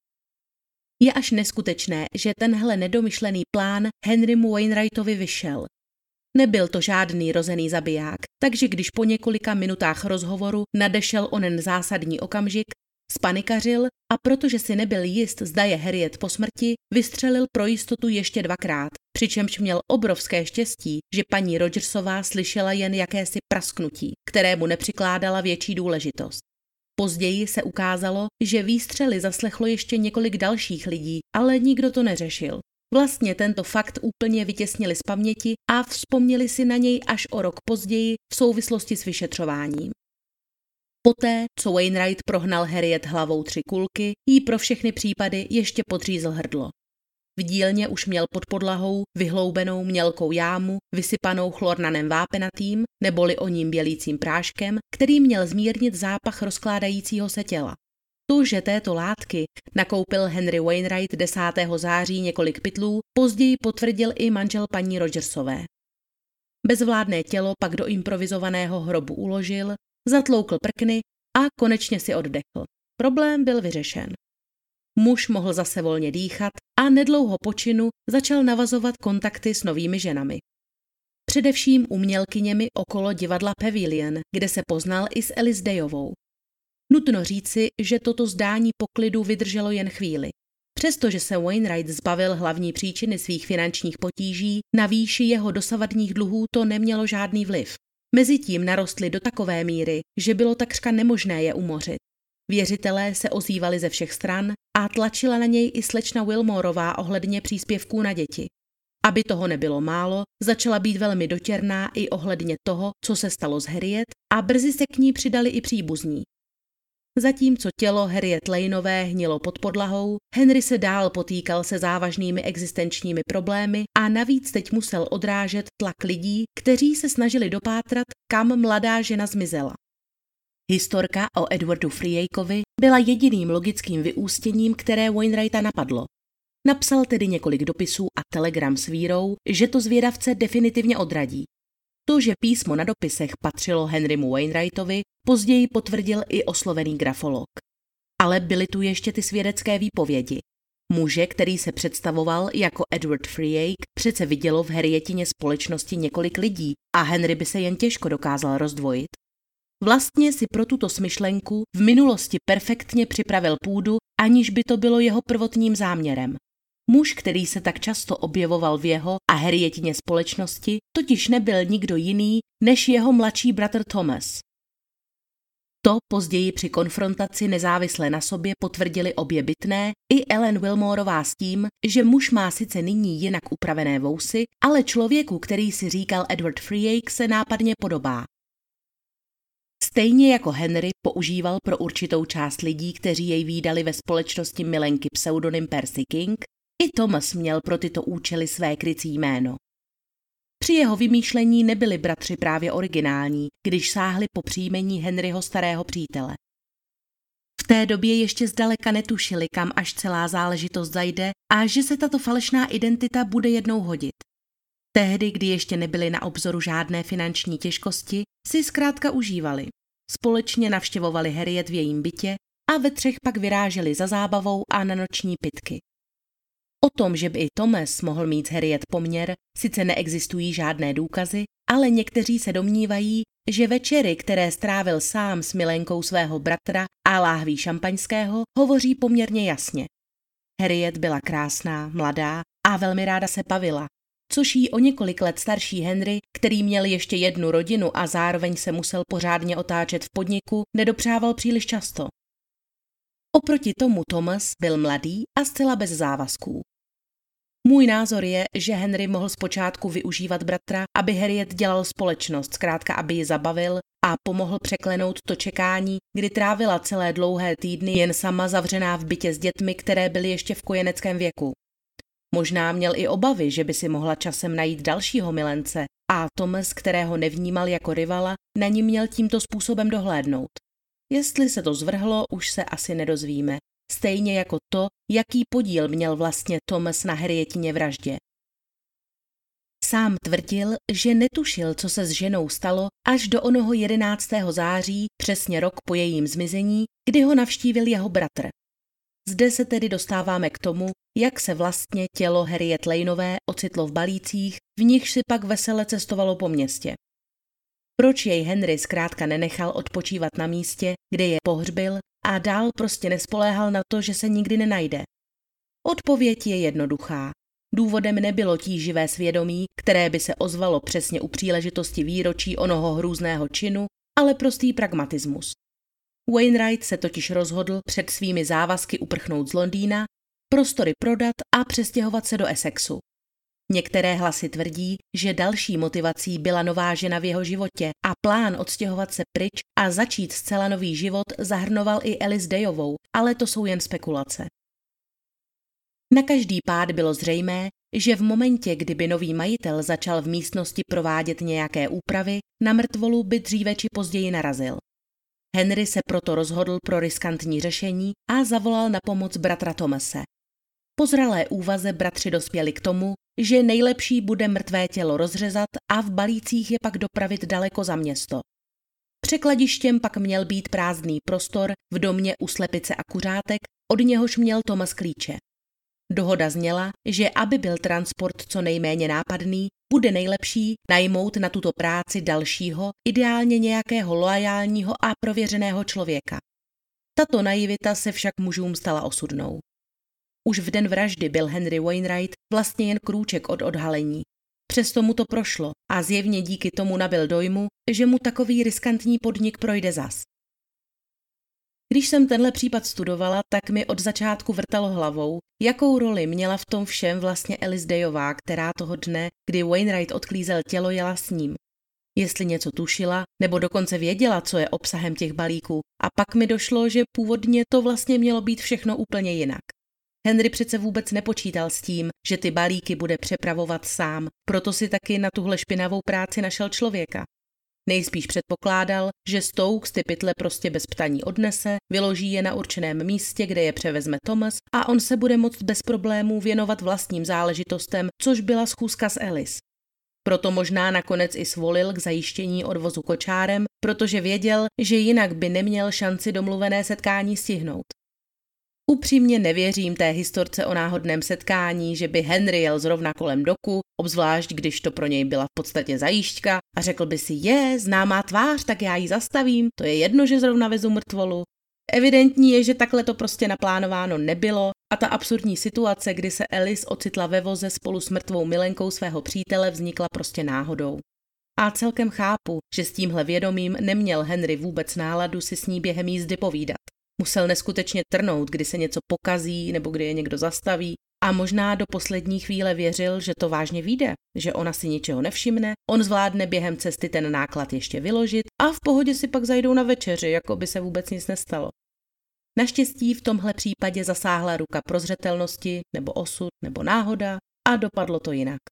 Je až neskutečné, že tenhle nedomyšlený plán Henrymu Wainwrightovi vyšel. Nebyl to žádný rozený zabiják, takže když po několika minutách rozhovoru nadešel onen zásadní okamžik, spanikařil a protože si nebyl jist, zda je Harriet po smrti, vystřelil pro jistotu ještě 2krát, přičemž měl obrovské štěstí, že paní Rogersová slyšela jen jakési prasknutí, kterému nepřikládala větší důležitost. Později se ukázalo, že výstřely zaslechlo ještě několik dalších lidí, ale nikdo to neřešil. Vlastně tento fakt úplně vytěsnili z paměti a vzpomněli si na něj až o rok později v souvislosti s vyšetřováním. Poté, co Wainwright prohnal Harriet hlavou 3 kulky, jí pro všechny případy ještě podřízl hrdlo. V dílně už měl pod podlahou vyhloubenou mělkou jámu, vysypanou chlornanem vápenatým, neboli oním bělícím práškem, který měl zmírnit zápach rozkládajícího se těla. To, že této látky nakoupil Henry Wainwright 10. září několik pytlů, později potvrdil i manžel paní Rogersové. Bezvládné tělo pak do improvizovaného hrobu uložil, zatloukl prkny a konečně si oddechl. Problém byl vyřešen. Muž mohl zase volně dýchat a nedlouho po činu začal navazovat kontakty s novými ženami. Především umělkyněmi okolo divadla Pavilion, kde se poznal i s Alice Dayovou. Nutno říci, že toto zdání poklidu vydrželo jen chvíli. Přestože se Wainwright zbavil hlavní příčiny svých finančních potíží, na výši jeho dosavadních dluhů to nemělo žádný vliv. Mezitím narostly do takové míry, že bylo takřka nemožné je umořit. Věřitelé se ozývali ze všech stran a tlačila na něj i slečna Wilmorová ohledně příspěvků na děti. Aby toho nebylo málo, začala být velmi dotěrná i ohledně toho, co se stalo s Harriet, a brzy se k ní přidali i příbuzní. Zatímco tělo Harriet Laneové hnilo pod podlahou, Henry se dál potýkal se závažnými existenčními problémy a navíc teď musel odrážet tlak lidí, kteří se snažili dopátrat, kam mladá žena zmizela. Historka o Edwardu Freakeovi byla jediným logickým vyústěním, které Wainwrighta napadlo. Napsal tedy několik dopisů a telegram s vírou, že to zvědavce definitivně odradí. To, že písmo na dopisech patřilo Henrymu Wainwrightovi, později potvrdil i oslovený grafolog. Ale byly tu ještě ty svědecké výpovědi. Muže, který se představoval jako Edward Freake, přece vidělo v Harrietině společnosti několik lidí a Henry by se jen těžko dokázal rozdvojit. Vlastně si pro tuto smyšlenku v minulosti perfektně připravil půdu, aniž by to bylo jeho prvotním záměrem. Muž, který se tak často objevoval v jeho a Harrietině společnosti, totiž nebyl nikdo jiný než jeho mladší bratr Thomas. To později při konfrontaci nezávisle na sobě potvrdili obě bytné i Ellen Wilmoreová s tím, že muž má sice nyní jinak upravené vousy, ale člověku, který si říkal Edward Freake, se nápadně podobá. Stejně jako Henry používal pro určitou část lidí, kteří jej vídali ve společnosti milenky pseudonym Percy King, i Thomas měl pro tyto účely své krycí jméno. Při jeho vymýšlení nebyli bratři právě originální, když sáhli po příjmení Henryho starého přítele. V té době ještě zdaleka netušili, kam až celá záležitost zajde a že se tato falešná identita bude jednou hodit. Tehdy, kdy ještě nebyly na obzoru žádné finanční těžkosti, si zkrátka užívali. Společně navštěvovali Harriet v jejím bytě a ve třech pak vyráželi za zábavou a na noční pitky. O tom, že by i Thomas mohl mít s Harriet poměr, sice neexistují žádné důkazy, ale někteří se domnívají, že večery, které strávil sám s milenkou svého bratra a láhví šampaňského, hovoří poměrně jasně. Harriet byla krásná, mladá a velmi ráda se bavila, což jí o několik let starší Henry, který měl ještě jednu rodinu a zároveň se musel pořádně otáčet v podniku, nedopřával příliš často. Oproti tomu Thomas byl mladý a zcela bez závazků. Můj názor je, že Henry mohl zpočátku využívat bratra, aby Harriet dělal společnost, zkrátka aby ji zabavil a pomohl překlenout to čekání, kdy trávila celé dlouhé týdny jen sama zavřená v bytě s dětmi, které byly ještě v kojeneckém věku. Možná měl i obavy, že by si mohla časem najít dalšího milence a Thomas, kterého nevnímal jako rivala, na ní měl tímto způsobem dohlédnout. Jestli se to zvrhlo, už se asi nedozvíme. Stejně jako to, jaký podíl měl vlastně Thomas na Harrietině vraždě. Sám tvrdil, že netušil, co se s ženou stalo až do onoho 11. září, přesně rok po jejím zmizení, kdy ho navštívil jeho bratr. Zde se tedy dostáváme k tomu, jak se vlastně tělo Harriet Laneové ocitlo v balících, v nichž si pak vesele cestovalo po městě. Proč jej Henry zkrátka nenechal odpočívat na místě, kde je pohřbil a dál prostě nespoléhal na to, že se nikdy nenajde? Odpověď je jednoduchá. Důvodem nebylo tíživé svědomí, které by se ozvalo přesně u příležitosti výročí onoho hrůzného činu, ale prostý pragmatismus. Wainwright se totiž rozhodl před svými závazky uprchnout z Londýna, prostory prodat a přestěhovat se do Essexu. Některé hlasy tvrdí, že další motivací byla nová žena v jeho životě a plán odstěhovat se pryč a začít zcela nový život zahrnoval i Alice Dayovou, ale to jsou jen spekulace. Na každý pád bylo zřejmé, že v momentě, kdyby nový majitel začal v místnosti provádět nějaké úpravy, na mrtvolu by dříve či později narazil. Henry se proto rozhodl pro riskantní řešení a zavolal na pomoc bratra Thomase. Po zralé úvaze bratři dospěli k tomu, že nejlepší bude mrtvé tělo rozřezat a v balících je pak dopravit daleko za město. Překladištěm pak měl být prázdný prostor v domě u slepice a kuřátek, od něhož měl Thomas klíče. Dohoda zněla, že aby byl transport co nejméně nápadný, bude nejlepší najmout na tuto práci dalšího, ideálně nějakého loajálního a prověřeného člověka. Tato naivita se však mužům stala osudnou. Už v den vraždy byl Henry Wainwright vlastně jen krůček od odhalení. Přesto mu to prošlo a zjevně díky tomu nabyl dojmu, že mu takový riskantní podnik projde zas. Když jsem tenhle případ studovala, tak mi od začátku vrtalo hlavou, jakou roli měla v tom všem vlastně Alice Dayová, která toho dne, kdy Wainwright odklízel tělo, jela s ním. jestli něco tušila, nebo dokonce věděla, co je obsahem těch balíků. A pak mi došlo, že původně to vlastně mělo být všechno úplně jinak. Henry přece vůbec nepočítal s tím, že ty balíky bude přepravovat sám, proto si taky na tuhle špinavou práci našel člověka. Nejspíš předpokládal, že Stokes ty pytle prostě bez ptaní odnese, vyloží je na určeném místě, kde je převezme Thomas a on se bude moct bez problémů věnovat vlastním záležitostem, což byla schůzka s Alice. Proto možná nakonec i svolil k zajištění odvozu kočárem, protože věděl, že jinak by neměl šanci domluvené setkání stihnout. Upřímně nevěřím té historce o náhodném setkání, že by Henry jel zrovna kolem doku, obzvlášť když to pro něj byla v podstatě zajížďka a řekl by si, známá tvář, tak já ji zastavím, to je jedno, že zrovna vezu mrtvolu. Evidentní je, že takhle to prostě naplánováno nebylo a ta absurdní situace, kdy se Alice ocitla ve voze spolu s mrtvou milenkou svého přítele, vznikla prostě náhodou. A celkem chápu, že s tímhle vědomím neměl Henry vůbec náladu si s ní během jízdy povídat. Musel neskutečně trnout, kdy se něco pokazí nebo kdy je někdo zastaví a možná do poslední chvíle věřil, že to vážně vyjde, že ona si ničeho nevšimne, on zvládne během cesty ten náklad ještě vyložit a v pohodě si pak zajdou na večeři, jako by se vůbec nic nestalo. Naštěstí v tomhle případě zasáhla ruka prozřetelnosti nebo osud nebo náhoda a dopadlo to jinak.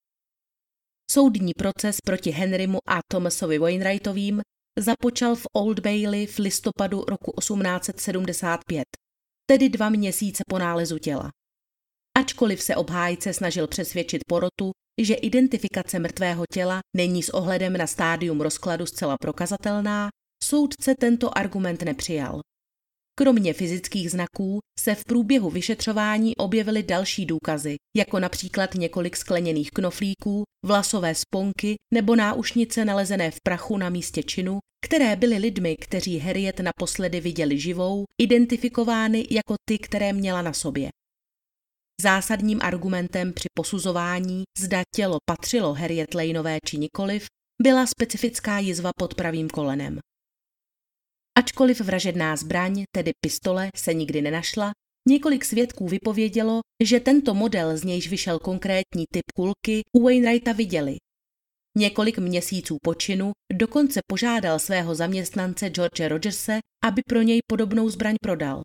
Soudní proces proti Henrymu a Thomasovi Wainwrightovým započal v Old Bailey v listopadu roku 1875, tedy 2 měsíce po nálezu těla. Ačkoliv se obhájce snažil přesvědčit porotu, že identifikace mrtvého těla není s ohledem na stádium rozkladu zcela prokazatelná, soudce tento argument nepřijal. Kromě fyzických znaků se v průběhu vyšetřování objevily další důkazy, jako například několik skleněných knoflíků, vlasové sponky nebo náušnice nalezené v prachu na místě činu, které byly lidmi, kteří Harriet naposledy viděli živou, identifikovány jako ty, které měla na sobě. Zásadním argumentem při posuzování, zda tělo patřilo Harriet Laneové či nikoliv, byla specifická jizva pod pravým kolenem. Ačkoliv vražedná zbraň, tedy pistole, se nikdy nenašla, několik svědků vypovědělo, že tento model, z nějž vyšel konkrétní typ kulky, u Wainwrighta viděli. Několik měsíců po činu dokonce požádal svého zaměstnance George Rogerse, aby pro něj podobnou zbraň prodal.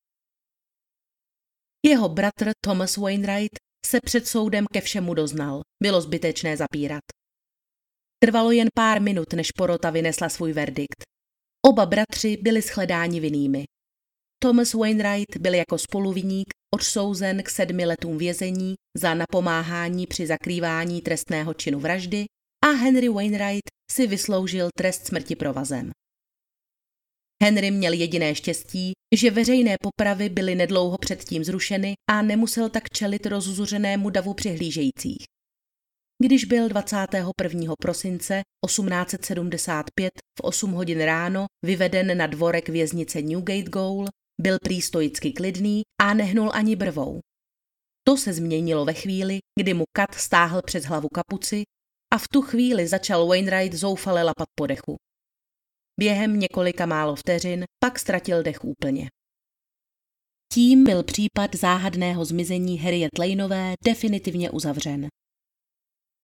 Jeho bratr Thomas Wainwright se před soudem ke všemu doznal, bylo zbytečné zapírat. Trvalo jen pár minut, než porota vynesla svůj verdikt. Oba bratři byli shledáni vinnými. Thomas Wainwright byl jako spoluviník odsouzen k 7 letům vězení za napomáhání při zakrývání trestného činu vraždy a Henry Wainwright si vysloužil trest smrti provazem. Henry měl jediné štěstí, že veřejné popravy byly nedlouho předtím zrušeny a nemusel tak čelit rozzuřenému davu přihlížejících. Když byl 21. prosince 1875 v 8 hodin ráno vyveden na dvorek věznice Newgate Gaol, byl prý stoicky klidný a nehnul ani brvou. To se změnilo ve chvíli, kdy mu Kat stáhl přes hlavu kapuci a v tu chvíli začal Wainwright zoufale lapat po dechu. Během několika málo vteřin pak ztratil dech úplně. Tím byl případ záhadného zmizení Harriet Laneové definitivně uzavřen.